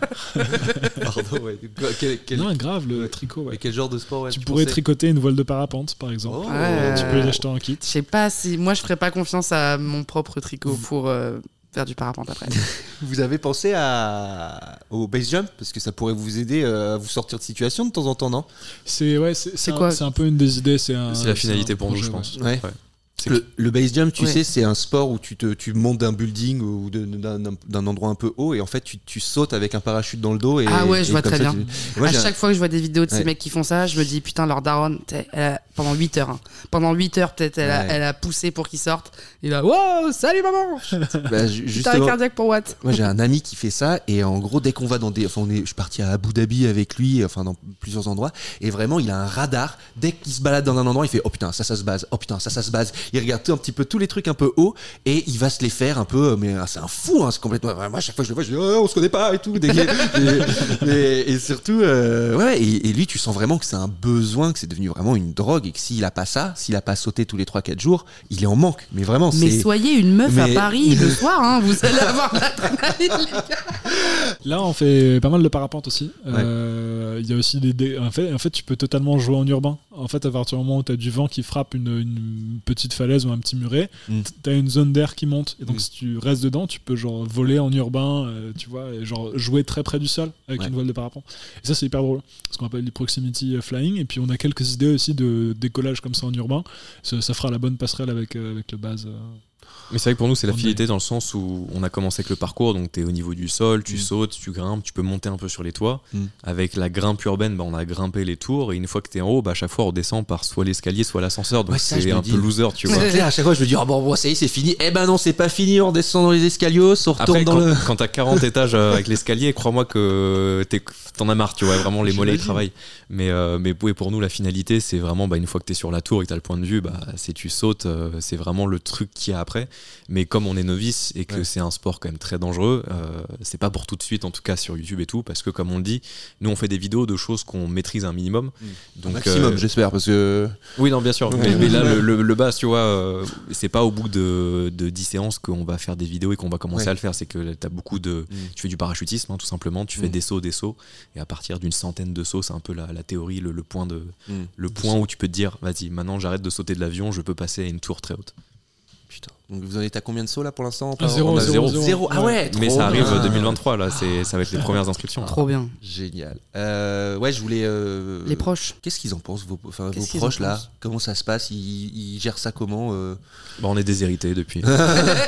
Pardon, ouais. Non, grave, le tricot, ouais. Et quel genre de sport Tu pourrais tricoter une voile de parapente, par exemple. Oh. Ouais. Tu peux les acheter en kit. Je sais pas si moi je ferais pas confiance à mon propre tricot pour faire du parapente après. Vous avez pensé au base jump parce que ça pourrait vous aider à vous sortir de situation de temps en temps, non? C'est quoi C'est un peu une des idées. C'est la finalité pour nous, projet, je pense. Ouais. C'est Le base jump, tu Ouais. sais, c'est un sport où tu montes d'un building ou d'un endroit un peu haut et en fait tu sautes avec un parachute dans le dos. Ah ouais, je vois comme très ça, bien. Moi, À j'ai chaque fois que je vois des vidéos de ces Ouais. mecs qui font ça, je me dis putain, leur daronne, pendant 8 heures. Hein. Pendant 8 heures, peut-être, Ouais. elle a poussé pour qu'ils sortent. Et là, wow, salut maman! bah, Putain, justement, cardiaque pour what? moi j'ai un ami qui fait ça et en gros dès qu'on va dans des, enfin je suis parti à Abu Dhabi avec lui, enfin dans plusieurs endroits et vraiment il a un radar. Dès qu'il se balade dans un endroit, il fait oh putain ça se base, oh putain ça se base. il regarde un petit peu tous les trucs un peu hauts et il va se les faire un peu, mais c'est un fou, hein, c'est complètement. Moi, à chaque fois que je le vois, je dis on se connaît pas et tout. Et surtout, et lui, tu sens vraiment que c'est un besoin, que c'est devenu vraiment une drogue et que s'il a pas ça, s'il a pas sauté tous les 3-4 jours, il est en manque. Mais vraiment, Mais c'est. soyez une meuf à Paris le soir, hein, vous allez avoir l'adrénaline, les gars. Là, on fait pas mal de parapente aussi. Il y a aussi en fait, tu peux totalement jouer en urbain. En fait, à partir du moment où tu as du vent qui frappe une petite falaise ou un petit muret, tu as une zone d'air qui monte. Et donc, si tu restes dedans, tu peux genre voler en urbain, tu vois, et genre jouer très près du sol avec une voile de parapente. Et ça, c'est hyper drôle. Ce qu'on appelle du proximity flying. Et puis, on a quelques idées aussi de décollage comme ça en urbain. Ça fera la bonne passerelle avec le base. Mais c'est vrai que pour nous, c'est l'affinité dans le sens où on a commencé avec le parcours, donc tu es au niveau du sol, tu sautes, tu grimpes, tu peux monter un peu sur les toits. Avec la grimpe urbaine, on a grimpé les tours, et une fois que tu es en haut, à chaque fois on redescend par soit l'escalier, soit l'ascenseur, donc c'est un peu loser, tu vois. C'est clair, à chaque fois je me dis, bon, ça y est, c'est fini. Eh ben non, c'est pas fini, on descend dans les escaliers, on retourne Après, quand t'as 40 étages avec l'escalier, crois-moi que t'en as marre, tu vois, vraiment les mollets ils travaillent. Mais pour nous, la finalité, c'est vraiment une fois que t'es sur la tour et que t'as le point de vue, c'est tu sautes, c'est vraiment le truc qu'il y a après. Mais comme on est novice et que c'est un sport quand même très dangereux, c'est pas pour tout de suite, en tout cas sur YouTube et tout, parce que comme on le dit, nous on fait des vidéos de choses qu'on maîtrise un minimum. Donc, maximum, j'espère, parce que. Oui, non, bien sûr. Mais là, le bas, tu vois, c'est pas au bout de 10 séances qu'on va faire des vidéos et qu'on va commencer à le faire. C'est que t'as beaucoup de. Tu fais du parachutisme, tout simplement. Tu fais des sauts. Et à partir d'une centaine de sauts, c'est un peu la théorie, le point où tu peux te dire, vas-y, maintenant j'arrête de sauter de l'avion, je peux passer à une tour très haute. Putain. Donc vous en êtes à combien de sauts là pour l'instant? Zéro. Ah ouais. Mais ça arrive 2023 là, ça va être les premières inscriptions. Trop bien. Génial. Je voulais. Les proches. Qu'est-ce qu'ils en pensent vos proches là? Comment ça se passe? Ils gèrent ça comment? On est déshérités depuis.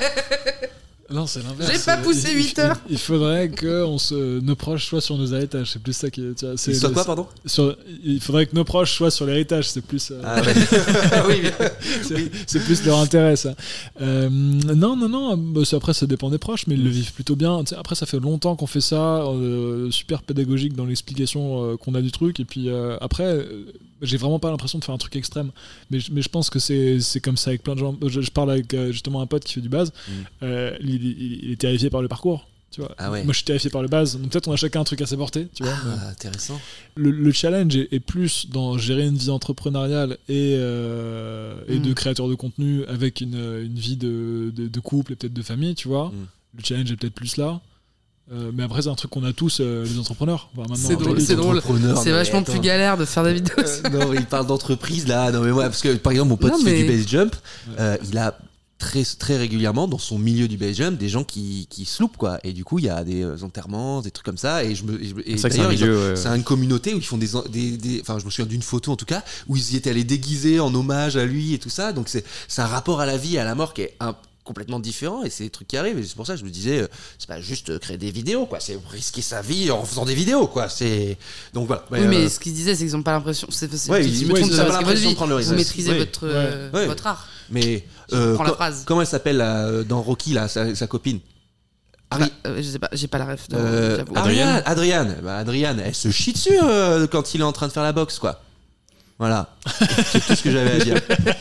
Non, c'est l'inverse. J'ai pas poussé 8 heures. Il faudrait que nos proches soient sur nos héritages. C'est plus ça qui. Tu vois, ils soient quoi, pardon? Il faudrait que nos proches soient sur l'héritage. C'est plus. Ah ouais. Oui. C'est plus leur intérêt, ça. Non. Après, ça dépend des proches, mais ils le vivent plutôt bien. T'sais, après, ça fait longtemps qu'on fait ça. Super pédagogique dans l'explication qu'on a du truc. Et puis après. J'ai vraiment pas l'impression de faire un truc extrême, mais je pense que c'est comme ça avec plein de gens. Je parle avec justement un pote qui fait du base. Il est terrifié par le parcours, tu vois. Ah ouais. Moi je suis terrifié par le base, donc peut-être on a chacun un truc à sa portée, tu vois. Intéressant. Le challenge est plus dans gérer une vie entrepreneuriale et de créateur de contenu avec une vie de couple et peut-être de famille, tu vois. Le challenge est peut-être plus là. Mais après c'est un truc qu'on a tous les entrepreneurs. Maintenant, c'est drôle. C'est vachement plus galère de faire des vidéos. Non, il parle d'entreprise là. Non mais moi, parce que par exemple mon pote fait du base jump, il a très, très régulièrement dans son milieu du base jump des gens qui se loupent quoi. Et du coup il y a des enterrements, des trucs comme ça. Et c'est une communauté où ils font des enfin je me souviens d'une photo en tout cas où ils y étaient allés déguisés en hommage à lui et tout ça. Donc c'est un rapport à la vie et à la mort qui est complètement différent, et c'est des trucs qui arrivent, et c'est pour ça que je me disais c'est pas juste créer des vidéos quoi, c'est risquer sa vie en faisant des vidéos quoi, c'est donc voilà. Oui, mais ce qu'ils disaient c'est qu'ils ont pas l'impression, ils ont pas l'impression de prendre le risque. Vous maîtrisez votre art. Mais comment elle s'appelle dans Rocky là, sa copine? Je sais pas, j'ai pas la ref. Adriane, elle se chie dessus quand il est en train de faire la boxe quoi. Voilà, c'est tout ce que j'avais à dire.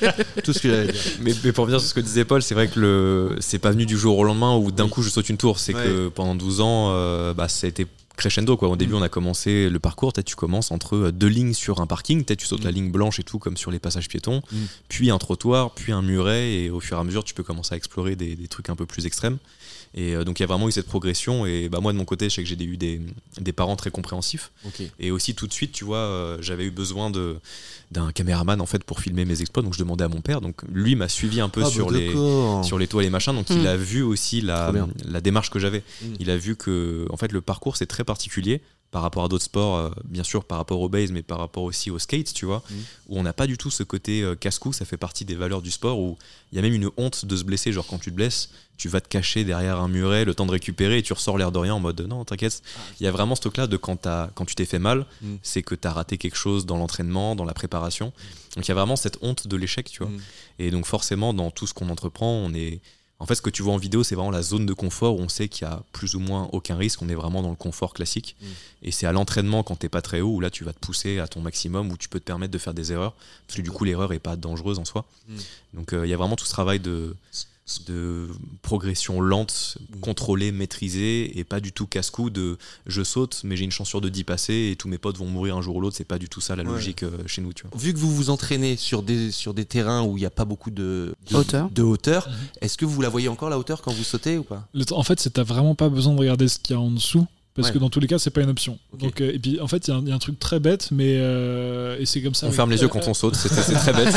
Mais pour revenir sur ce que disait Paul, c'est vrai que c'est pas venu du jour au lendemain où d'un coup je saute une tour. C'est que pendant 12 ans, ça a été crescendo quoi. Au début, on a commencé le parcours. Peut-être tu commences entre 2 lignes sur un parking. Peut-être tu sautes la ligne blanche et tout, comme sur les passages piétons. Puis un trottoir, puis un muret. Et au fur et à mesure, tu peux commencer à explorer des trucs un peu plus extrêmes. Et donc il y a vraiment eu cette progression, et moi de mon côté je sais que j'ai eu des parents très compréhensifs, et aussi tout de suite tu vois j'avais eu besoin d'un caméraman en fait pour filmer mes exploits, donc je demandais à mon père, donc lui m'a suivi un peu sur les toits et les machins, donc il a vu aussi la démarche que j'avais. Il a vu que en fait le parcours c'est très particulier par rapport à d'autres sports, bien sûr par rapport au base, mais par rapport aussi au skate, tu vois, où on n'a pas du tout ce côté casse-cou. Ça fait partie des valeurs du sport, où il y a même une honte de se blesser. Genre quand tu te blesses, tu vas te cacher derrière un muret, le temps de récupérer, et tu ressors l'air de rien en mode non t'inquiète. Il y a vraiment ce truc là de quand tu t'es fait mal, c'est que t'as raté quelque chose dans l'entraînement, dans la préparation. Donc il y a vraiment cette honte de l'échec, tu vois. Et donc forcément dans tout ce qu'on entreprend, En fait, ce que tu vois en vidéo, c'est vraiment la zone de confort où on sait qu'il y a plus ou moins aucun risque. On est vraiment dans le confort classique. Et c'est à l'entraînement, quand t'es pas très haut, où là, tu vas te pousser à ton maximum, où tu peux te permettre de faire des erreurs. Parce que du coup, l'erreur est pas dangereuse en soi. Donc, il y a vraiment tout ce travail de progression lente, contrôlée, maîtrisée, et pas du tout casse-cou de je saute, mais j'ai une chance sur 2 d'y passer, et tous mes potes vont mourir un jour ou l'autre. C'est pas du tout ça la logique chez nous, tu vois. Vu que vous vous entraînez sur des terrains où il n'y a pas beaucoup de hauteur, est-ce que vous la voyez encore la hauteur quand vous sautez ou pas ? En fait, t'as vraiment pas besoin de regarder ce qu'il y a en dessous. Parce que dans tous les cas, c'est pas une option. Okay. Donc, et puis, en fait, il y a un truc très bête, mais et c'est comme ça. On ferme les yeux quand on saute, c'est très bête.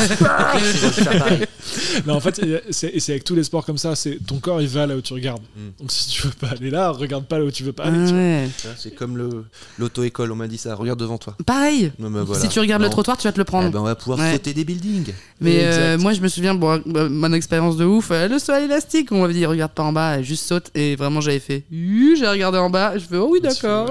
Non, en fait, c'est avec tous les sports comme ça. C'est ton corps, il va là où tu regardes. Donc, si tu veux pas aller là, regarde pas là où tu veux pas aller. Ouais. C'est comme l'auto-école, on m'a dit ça. Regarde devant toi. Pareil. Voilà. Si tu regardes le trottoir, tu vas te le prendre. On va pouvoir sauter des buildings. Mais moi, je me souviens, mon expérience de ouf, le saut à l'élastique, on m'avait dit regarde pas en bas, juste saute. Et vraiment, j'avais fait, j'ai regardé en bas, je fais oh oui, d'accord.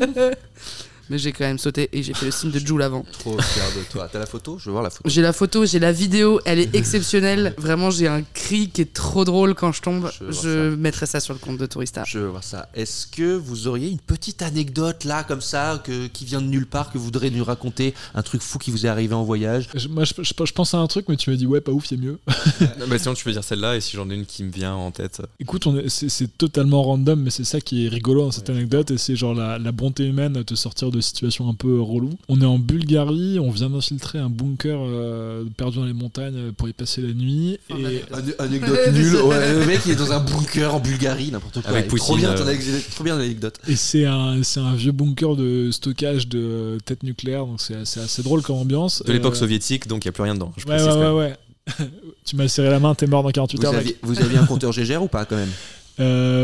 Mais j'ai quand même sauté et j'ai fait le signe de Joule avant. Trop fier de toi. T'as la photo ? Je veux voir la photo. J'ai la photo, j'ai la vidéo, elle est exceptionnelle. Vraiment, j'ai un cri qui est trop drôle quand je tombe. Je mettrai ça sur le compte de Tourista. Je veux voir ça. Est-ce que vous auriez une petite anecdote là, comme ça, qui vient de nulle part, que vous voudriez nous raconter ? Un truc fou qui vous est arrivé en voyage ? Moi, je pense à un truc, mais tu m'as dit ouais, pas ouf, il y a mieux. Bah, sinon, tu peux dire celle-là, et si j'en ai une qui me vient en tête. Écoute, c'est totalement random, mais c'est ça qui est rigolo dans cette anecdote, et c'est genre la bonté humaine à te sortir de situations un peu relou. On est en Bulgarie, on vient d'infiltrer un bunker perdu dans les montagnes pour y passer la nuit. Et... Anecdote nulle. Ouais, le mec il est dans un bunker en Bulgarie, n'importe quoi. Avec Poutine. Trop bien l'anecdote. Et c'est un vieux bunker de stockage de têtes nucléaires, donc c'est assez drôle comme ambiance. De l'époque soviétique, donc il n'y a plus rien dedans. Ouais. Tu m'as serré la main, t'es mort dans 48 heures. Vous aviez un compteur Gégère ou pas quand même ?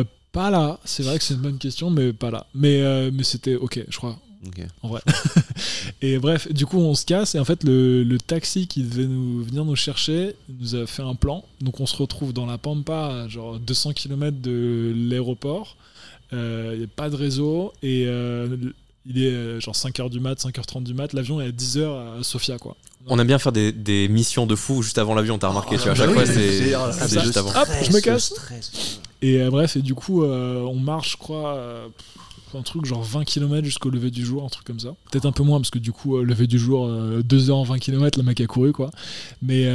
Pas là. C'est vrai que c'est une bonne question, mais pas là. Mais c'était ok, je crois. Okay. En vrai. Et bref, du coup on se casse et en fait le taxi qui devait venir nous chercher nous a fait un plan, donc on se retrouve dans la Pampa, genre 200 km de l'aéroport, il n'y a pas de réseau et il est genre 5h du mat, 5h30 du mat, l'avion est à 10h à Sofia quoi. On aime bien faire des missions de fou juste avant l'avion, t'as remarqué, tu vois, à chaque fois c'est juste avant. Hop, je me casse. Et bref, et du coup on marche, je crois un truc genre 20 km jusqu'au lever du jour, un truc comme ça. Peut-être un peu moins parce que du coup lever du jour 2 heures en 20 km, le mec a couru quoi. Mais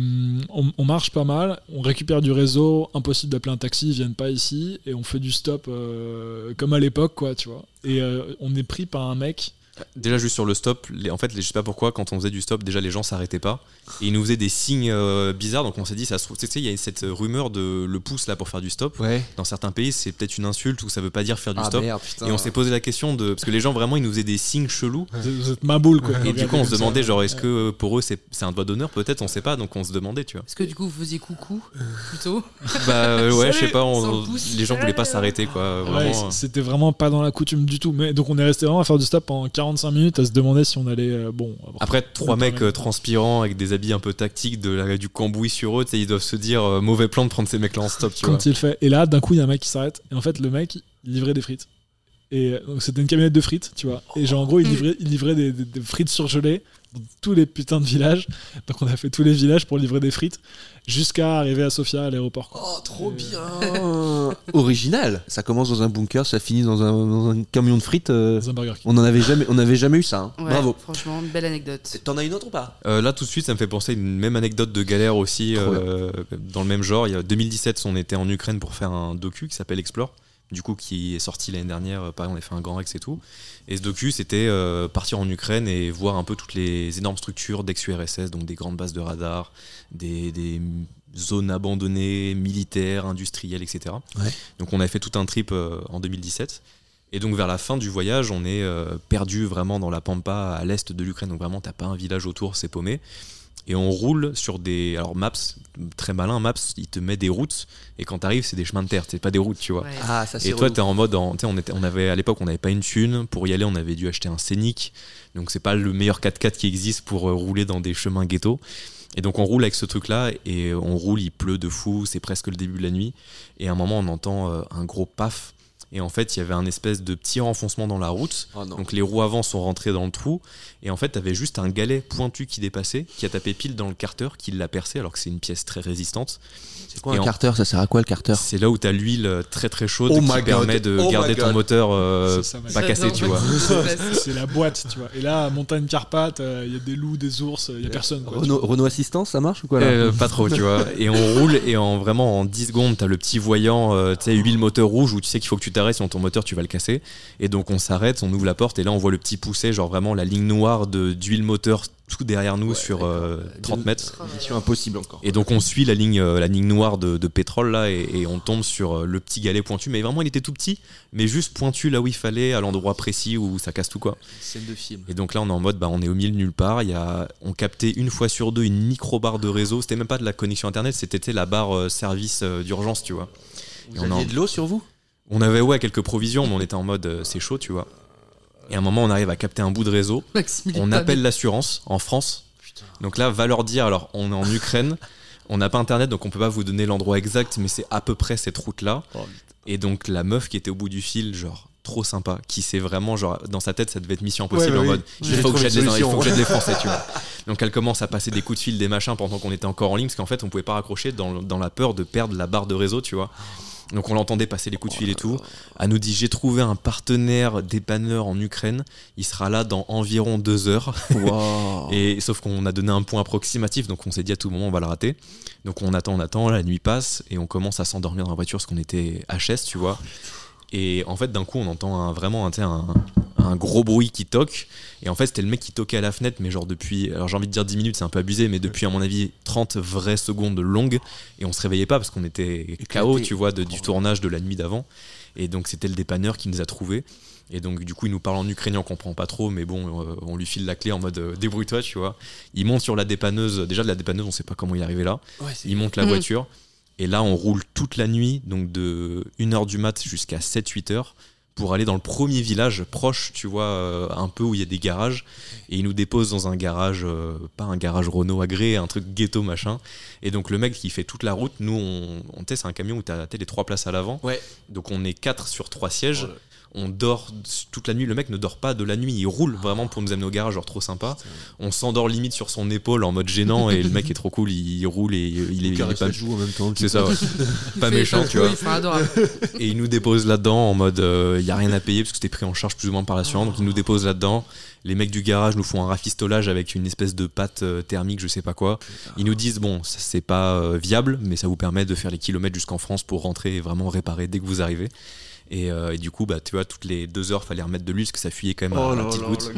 on marche pas mal, on récupère du réseau, impossible d'appeler un taxi, ils viennent pas ici et on fait du stop comme à l'époque quoi, tu vois. Et on est pris par un mec. Déjà juste sur le stop, en fait je sais pas pourquoi quand on faisait du stop déjà les gens s'arrêtaient pas et ils nous faisaient des signes bizarres, donc on s'est dit ça se trouve, tu sais il y a cette rumeur de le pouce là pour faire du stop. Ouais. Dans certains pays c'est peut-être une insulte ou ça veut pas dire faire du stop. Merde, et on s'est posé la question de parce que les gens vraiment ils nous faisaient des signes chelous. Vous êtes ma boule quoi. Et du coup on se demandait genre est-ce que pour eux c'est un doigt d'honneur, peut-être, on sait pas, donc on se demandait, tu vois. Est-ce que du coup vous faisiez coucou plutôt? Bah ouais, je sais pas, pouce. les gens voulaient pas s'arrêter quoi, vraiment. Ouais, c'était vraiment pas dans la coutume du tout, mais donc on est resté vraiment à faire du stop pendant 45 minutes à se demander si on allait après 3 mecs transpirants avec des habits un peu tactiques, du cambouis sur eux, ils doivent se dire mauvais plan de prendre ces mecs là en stop, tu vois. Quand il fait, et là d'un coup il y a un mec qui s'arrête et en fait le mec il livrait des frites et donc c'était une camionnette de frites, tu vois, et genre en gros il livrait des frites surgelées dans tous les putains de villages, donc on a fait tous les villages pour livrer des frites jusqu'à arriver à Sofia à l'aéroport quoi. Oh trop bien. Original. Ça commence dans un bunker, ça finit dans un camion de frites. Dans un Burger King. On n'avait jamais eu ça hein. Ouais, bravo. Franchement, une belle anecdote. T'en as une autre ou pas? Là tout de suite ça me fait penser à une même anecdote de galère aussi dans le même genre. Il y a 2017 on était en Ukraine pour faire un docu qui s'appelle Explore, du coup qui est sorti l'année dernière, pareil on a fait un grand Rex et tout, et ce docu c'était partir en Ukraine et voir un peu toutes les énormes structures d'ex-URSS, donc des grandes bases de radar, des zones abandonnées, militaires, industrielles, etc. Ouais. Donc on avait fait tout un trip en 2017. Et donc vers la fin du voyage, on est perdu vraiment dans la Pampa à l'est de l'Ukraine. Donc vraiment, t'as pas un village autour, c'est paumé. Et on roule sur des... Alors Maps, très malin, Maps, il te met des routes. Et quand t'arrives, c'est des chemins de terre, c'est pas des routes, tu vois. Ouais. Ah ça c'est Et toi, relou. t'es en mode... à l'époque, on n'avait pas une thune. Pour y aller, on avait dû acheter un Scénic. Donc c'est pas le meilleur 4x4 qui existe pour rouler dans des chemins ghetto. Et donc on roule avec ce truc-là. Et on roule, il pleut de fou. C'est presque le début de la nuit. Et à un moment, on entend un gros paf. Et en fait, il y avait un espèce de petit renfoncement dans la route. Oh non. Donc les roues avant sont rentrées dans le trou. Et en fait, t'avais juste un galet pointu qui dépassait, qui a tapé pile dans le carter, qui l'a percé, alors que c'est une pièce très résistante. C'est quoi un carter? Ça sert à quoi le carter? C'est là où t'as l'huile très très chaude Oh qui my God. permet de Oh garder my ton God. moteur C'est ça, pas cassé, tu vois. C'est la boîte, tu vois. Et là, montagne Carpath, il y a des loups, des ours, il y a personne. Quoi, Renault Assistance, ça marche ou quoi là? Pas trop, tu vois. Et on roule et vraiment en 10 secondes, t'as le petit voyant, tu sais, huile moteur rouge où tu sais qu'il faut que tu t'arrêtes, sinon ton moteur tu vas le casser. Et donc on s'arrête, on ouvre la porte et là on voit le petit poussé, genre vraiment la ligne noire d'huile moteur tout derrière nous sur 30 mètres. Mission impossible encore. Et donc on suit la ligne noire de pétrole là et on tombe sur le petit galet pointu. Mais vraiment il était tout petit, mais juste pointu là où il fallait, à l'endroit précis où ça casse tout quoi. Scène de film. Et donc là on est en mode on est au milieu de nulle part. On captait une fois sur deux une micro barre de réseau. C'était même pas de la connexion internet, c'était la barre service d'urgence, tu vois. Vous aviez de l'eau sur vous? On avait quelques provisions, mais on était en mode c'est chaud, tu vois. Et à un moment, on arrive à capter un bout de réseau. On appelle l'assurance en France. Putain. Donc là, va leur dire, alors on est en Ukraine, on n'a pas internet, donc on peut pas vous donner l'endroit exact, mais c'est à peu près cette route-là. Et donc la meuf qui était au bout du fil, genre trop sympa, qui s'est vraiment, genre dans sa tête, ça devait être mission impossible en mode il faut que j'aide les Français, tu vois. Donc elle commence à passer des coups de fil, des machins pendant qu'on était encore en ligne, parce qu'en fait, on pouvait pas raccrocher dans la peur de perdre la barre de réseau, tu vois. Donc on l'entendait passer les coups de fil et tout. Elle nous dit j'ai trouvé un partenaire dépanneur en Ukraine. Il sera là dans environ 2 heures. Wow. Et sauf qu'on a donné un point approximatif, donc on s'est dit à tout moment on va le rater. Donc on attend, la nuit passe et on commence à s'endormir dans la voiture parce qu'on était HS, tu vois. Et en fait d'un coup on entend vraiment un gros bruit qui toque. Et en fait c'était le mec qui toquait à la fenêtre, mais genre depuis, alors j'ai envie de dire 10 minutes, c'est un peu abusé, mais depuis à mon avis 30 vraies secondes longues. Et on se réveillait pas parce qu'on était KO, tu vois, du tournage de la nuit d'avant. Et donc c'était le dépanneur qui nous a trouvés. Et donc du coup il nous parle en ukrainien, on comprend pas trop, mais bon on lui file la clé en mode débrouille-toi, tu vois. Il monte sur la dépanneuse, déjà de la dépanneuse on sait pas comment il est arrivé là. Il monte la voiture. Et là, on roule toute la nuit, donc de 1h du mat jusqu'à 7-8h, pour aller dans le premier village proche, tu vois, un peu où il y a des garages. Et il nous dépose dans un garage, pas un garage Renault agréé, un truc ghetto machin. Et donc le mec qui fait toute la route, nous, on c'est un camion où t'as les 3 places à l'avant. Ouais. Donc on est 4 sur 3 sièges. Ouais. On dort toute la nuit, le mec ne dort pas de la nuit, il roule vraiment pour nous amener au garage, genre trop sympa. On s'endort limite sur son épaule en mode gênant et le mec est trop cool, il roule et il est pas joue en même temps. C'est ça, ouais. Pas méchant, tu vois. Et il nous dépose là-dedans en mode il y a rien à payer parce que c'était pris en charge plus ou moins par l'assurance, donc il nous dépose là-dedans. Les mecs du garage nous font un rafistolage avec une espèce de pâte thermique, je sais pas quoi. Ils nous disent bon, ça, c'est pas viable, mais ça vous permet de faire les kilomètres jusqu'en France pour rentrer et vraiment réparer dès que vous arrivez. Et du coup, tu vois, toutes les 2 heures, fallait remettre de l'huile parce que ça fuyait quand même à la petite goutte.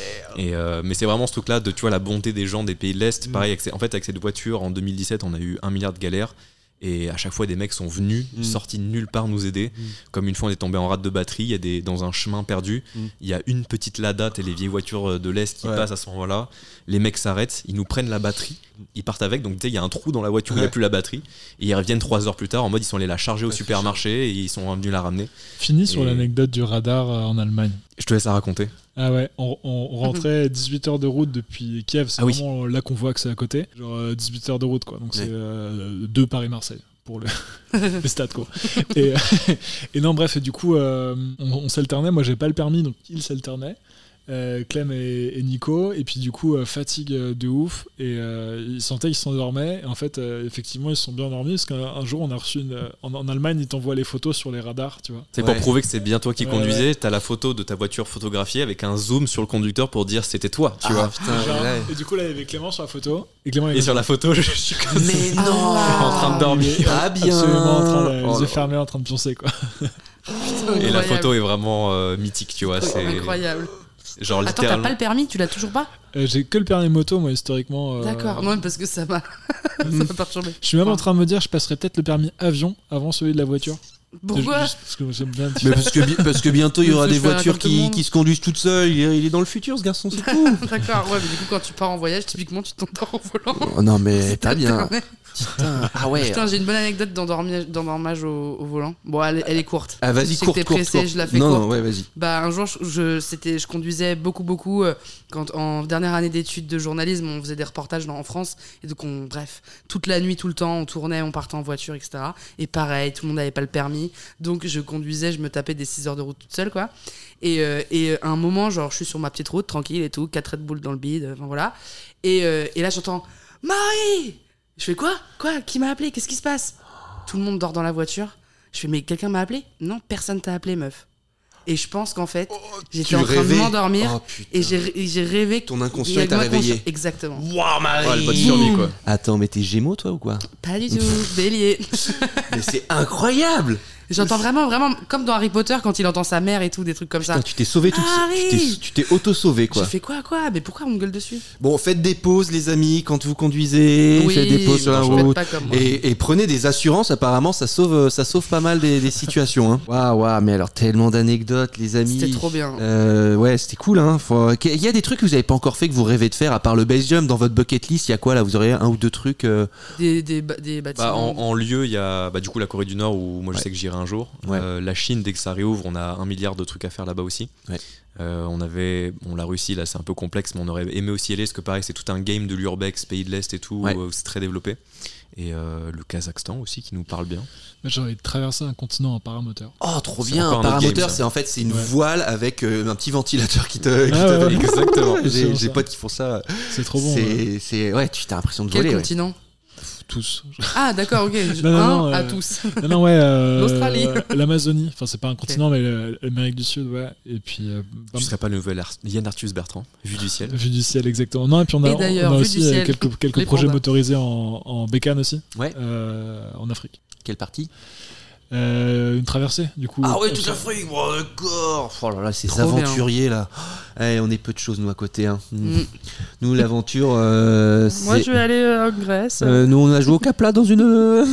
Mais c'est vraiment ce truc-là de, tu vois, la bonté des gens des pays de l'Est. Pareil, avec cette voiture, en 2017, on a eu 1 milliard de galères. Et à chaque fois, des mecs sont venus, sortis de nulle part nous aider. Comme une fois, on est tombé en rade de batterie, il y a dans un chemin perdu, il y a une petite Lada, les vieilles voitures de l'Est qui passent à ce moment-là. Les mecs s'arrêtent, ils nous prennent la batterie, ils partent avec. Donc, tu sais, il y a un trou dans la voiture où il n'y a plus la batterie. Et ils reviennent 3 heures plus tard en mode ils sont allés la charger au supermarché et ils sont venus la ramener. Fini sur l'anecdote du radar en Allemagne. Je te laisse la raconter. Ah ouais, on rentrait 18 heures de route depuis Kiev, c'est vraiment là qu'on voit que c'est à côté. Genre 18 heures de route, quoi. Donc c'est 2 Paris-Marseille pour le stade, quoi. Et non, bref, et du coup, on s'alternait. Moi, j'ai pas le permis, donc ils s'alternaient. Clem et Nico, et puis du coup fatigue de ouf, et ils sentaient qu'ils s'endormaient, et en fait effectivement ils se sont bien endormis parce qu'un jour on a reçu en Allemagne, ils t'envoient les photos sur les radars, tu vois. C'est pour prouver que c'est bien toi qui conduisais, t'as la photo de ta voiture photographiée avec un zoom sur le conducteur pour dire c'était toi, tu vois. Putain, et du coup là il y avait Clément sur la photo, et sur la photo je suis comme mais non, en train de dormir, bien absolument en train de les yeux fermés en train de pioncer, quoi. Putain, et la photo est vraiment mythique, tu vois, c'est incroyable. Genre, attends, t'as pas le permis, tu l'as toujours pas? J'ai que le permis moto, moi, historiquement. D'accord, non, parce que ça m'a perturbé. Je suis même en train de me dire, je passerais peut-être le permis avion avant celui de la voiture. Pourquoi? Parce que j'aime bien. Mais parce que bientôt il y aura des voitures qui se conduisent toutes seules. Il est dans le futur, ce garçon, c'est tout. D'accord, ouais, mais du coup, quand tu pars en voyage, typiquement, tu t'endors au volant. Oh, non, mais t'as bien. Putain, ah ouais. Putain, j'ai une bonne anecdote d'endormage au volant. Bon, elle est courte. Ah, vas-y, courte. Je la fais courte. Non, ouais, vas-y. Bah, un jour, je conduisais beaucoup quand en dernière année d'études de journalisme, on faisait des reportages en France, et donc bref, toute la nuit, tout le temps, on tournait, on partait en voiture, etc. Et pareil, tout le monde n'avait pas le permis, permis, donc je conduisais, je me tapais des 6 heures de route toute seule, quoi. Et à un moment, genre, je suis sur ma petite route, tranquille et tout, 4 Red Bull dans le bide, enfin voilà. Et là, j'entends « Marie !» Je fais « Quoi ? Qui m'a appelé ? Qu'est-ce qui se passe ?» Tout le monde dort dans la voiture. Je fais « Mais quelqu'un m'a appelé ? » Non, personne t'a appelé, meuf. Et je pense qu'en fait, j'étais en train de m'endormir et j'ai rêvé que ton inconscient t'a réveillé. Exactement. Waouh, Marie, le mode survie, quoi. Attends, mais t'es Gémeaux, toi, ou quoi? Pas du tout, bélier. Mais c'est incroyable. J'entends vraiment, comme dans Harry Potter quand il entend sa mère et tout, des trucs comme ça. Tu t'es sauvé tout tu t'es auto-sauvé, quoi. J'ai fait quoi? Mais pourquoi on me gueule dessus? Bon, faites des pauses, les amis, quand vous conduisez. Oui, faites des pauses sur la route. pas comme moi. Et prenez des assurances, apparemment, ça sauve pas mal des situations. Hein. Waouh, mais alors tellement d'anecdotes, les amis. C'était trop bien. Ouais, c'était cool. Hein. Il y a des trucs que vous avez pas encore fait que vous rêvez de faire, à part le base jump dans votre bucket list. Il y a quoi là? Vous aurez un ou deux trucs Des bâtiments. En lieu, il y a du coup la Corée du Nord où moi je sais que j'irai un jour. Ouais. La Chine, dès que ça réouvre, on a 1 milliard de trucs à faire là-bas aussi. Ouais. La Russie, là c'est un peu complexe, mais on aurait aimé aussi aller parce que pareil, c'est tout un game de l'urbex, pays de l'Est et tout, Ouais. c'est très développé. Et le Kazakhstan aussi qui nous parle bien. J'ai envie de traverser un continent en paramoteur. Oh, trop C'est bien. encore Un un autre paramoteur, game, ça. c'est une Ouais. voile avec un petit ventilateur qui te ouais. Exactement. C'est J'ai ça. potes qui font ça. C'est trop bon. Ouais. Ouais, tu as l'impression de Quel voler. Ouais. continent? Tous. Ah, d'accord, ok. Non, À tous. Non, ouais. L'Australie. L'Amazonie. Enfin, c'est pas un continent, mais l'Amérique du Sud, ouais. Et puis. Tu serais pas le nouvel Yann Arthus Bertrand, vue du ciel. Vue du ciel, exactement. Non, et puis on a, Et d'ailleurs, on a vue aussi du ciel, quelques les projets pandas. motorisés en bécane aussi. Ouais. En Afrique. Quelle partie? Une traversée, du coup. Ah ouais, tout l'Afrique. Oh, d'accord. Oh là là, ces Trop aventuriers là. Eh, on est peu de choses nous à côté. Hein. Nous, l'aventure. Moi, c'est- je vais aller en Grèce. Nous, on a joué au Capla dans une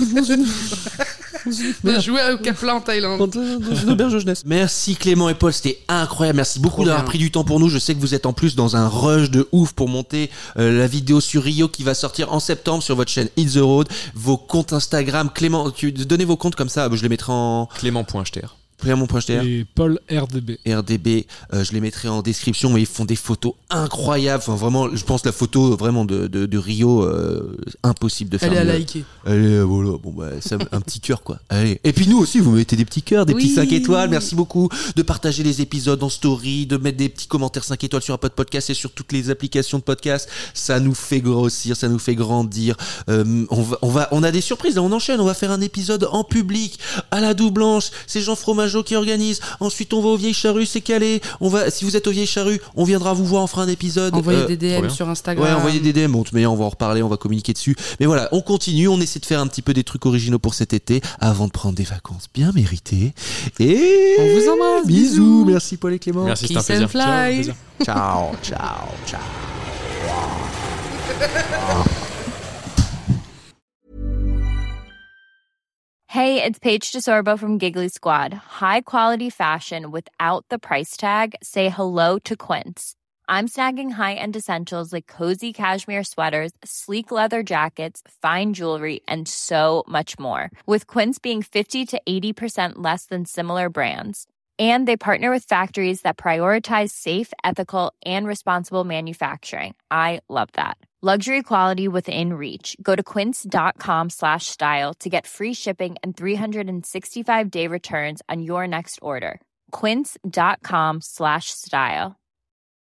On a joué au Kapla en Thaïlande. dans une auberge de jeunesse. Merci Clément et Paul, c'était incroyable. Merci beaucoup Trop d'avoir bien. pris du temps pour nous. Je sais que vous êtes en plus dans un rush de ouf pour monter la vidéo sur Rio qui va sortir en septembre sur votre chaîne Hit the Road. Vos comptes Instagram, Clément, donnez vos comptes comme ça. Je les mettrai en Clément.htr. Clément.htr. Et Paul RDB. RDB, je les mettrai en description, mais ils font des photos incroyables. Enfin, vraiment, je pense la photo vraiment de Rio, impossible de faire Elle est à mieux. liker. Allez, voilà, bon bah ça, un petit cœur quoi. Allez. Et puis nous aussi, vous mettez des petits cœurs, des petits 5 étoiles. Merci beaucoup de partager les épisodes en story, de mettre des petits commentaires 5 étoiles sur Apple Podcast et sur toutes les applications de podcast. Ça nous fait grossir, ça nous fait grandir. On a des surprises, là on enchaîne, on va faire un épisode en public à la Doux Blanche. C'est Jean Fromageau qui organise. Ensuite on va aux Vieilles Charrues, c'est calé. Si vous êtes aux Vieilles Charrues, on viendra vous voir, on fera un épisode. Envoyez des trop DM bien. sur Instagram. Ouais, envoyez des DM, mais on va en reparler, on va communiquer dessus. Mais voilà, on continue, on essaie de faire un petit peu des trucs originaux pour cet été avant de prendre des vacances bien méritées. Et On vous embrasse, bisous, bisous. merci Paul et Clément. Merci, c'était un Kiss and plaisir. Ciao, fly. plaisir. Ciao, ciao, ciao. Hey, it's Paige DeSorbo from Giggly Squad. High quality fashion without the price tag. Say hello to Quince. I'm snagging high-end essentials like cozy cashmere sweaters, sleek leather jackets, fine jewelry, and so much more. With Quince being 50 to 80% less than similar brands. And they partner with factories that prioritize safe, ethical, and responsible manufacturing. I love that. Luxury quality within reach. Go to quince.com/style to get free shipping and 365-day returns on your next order. Quince.com/style.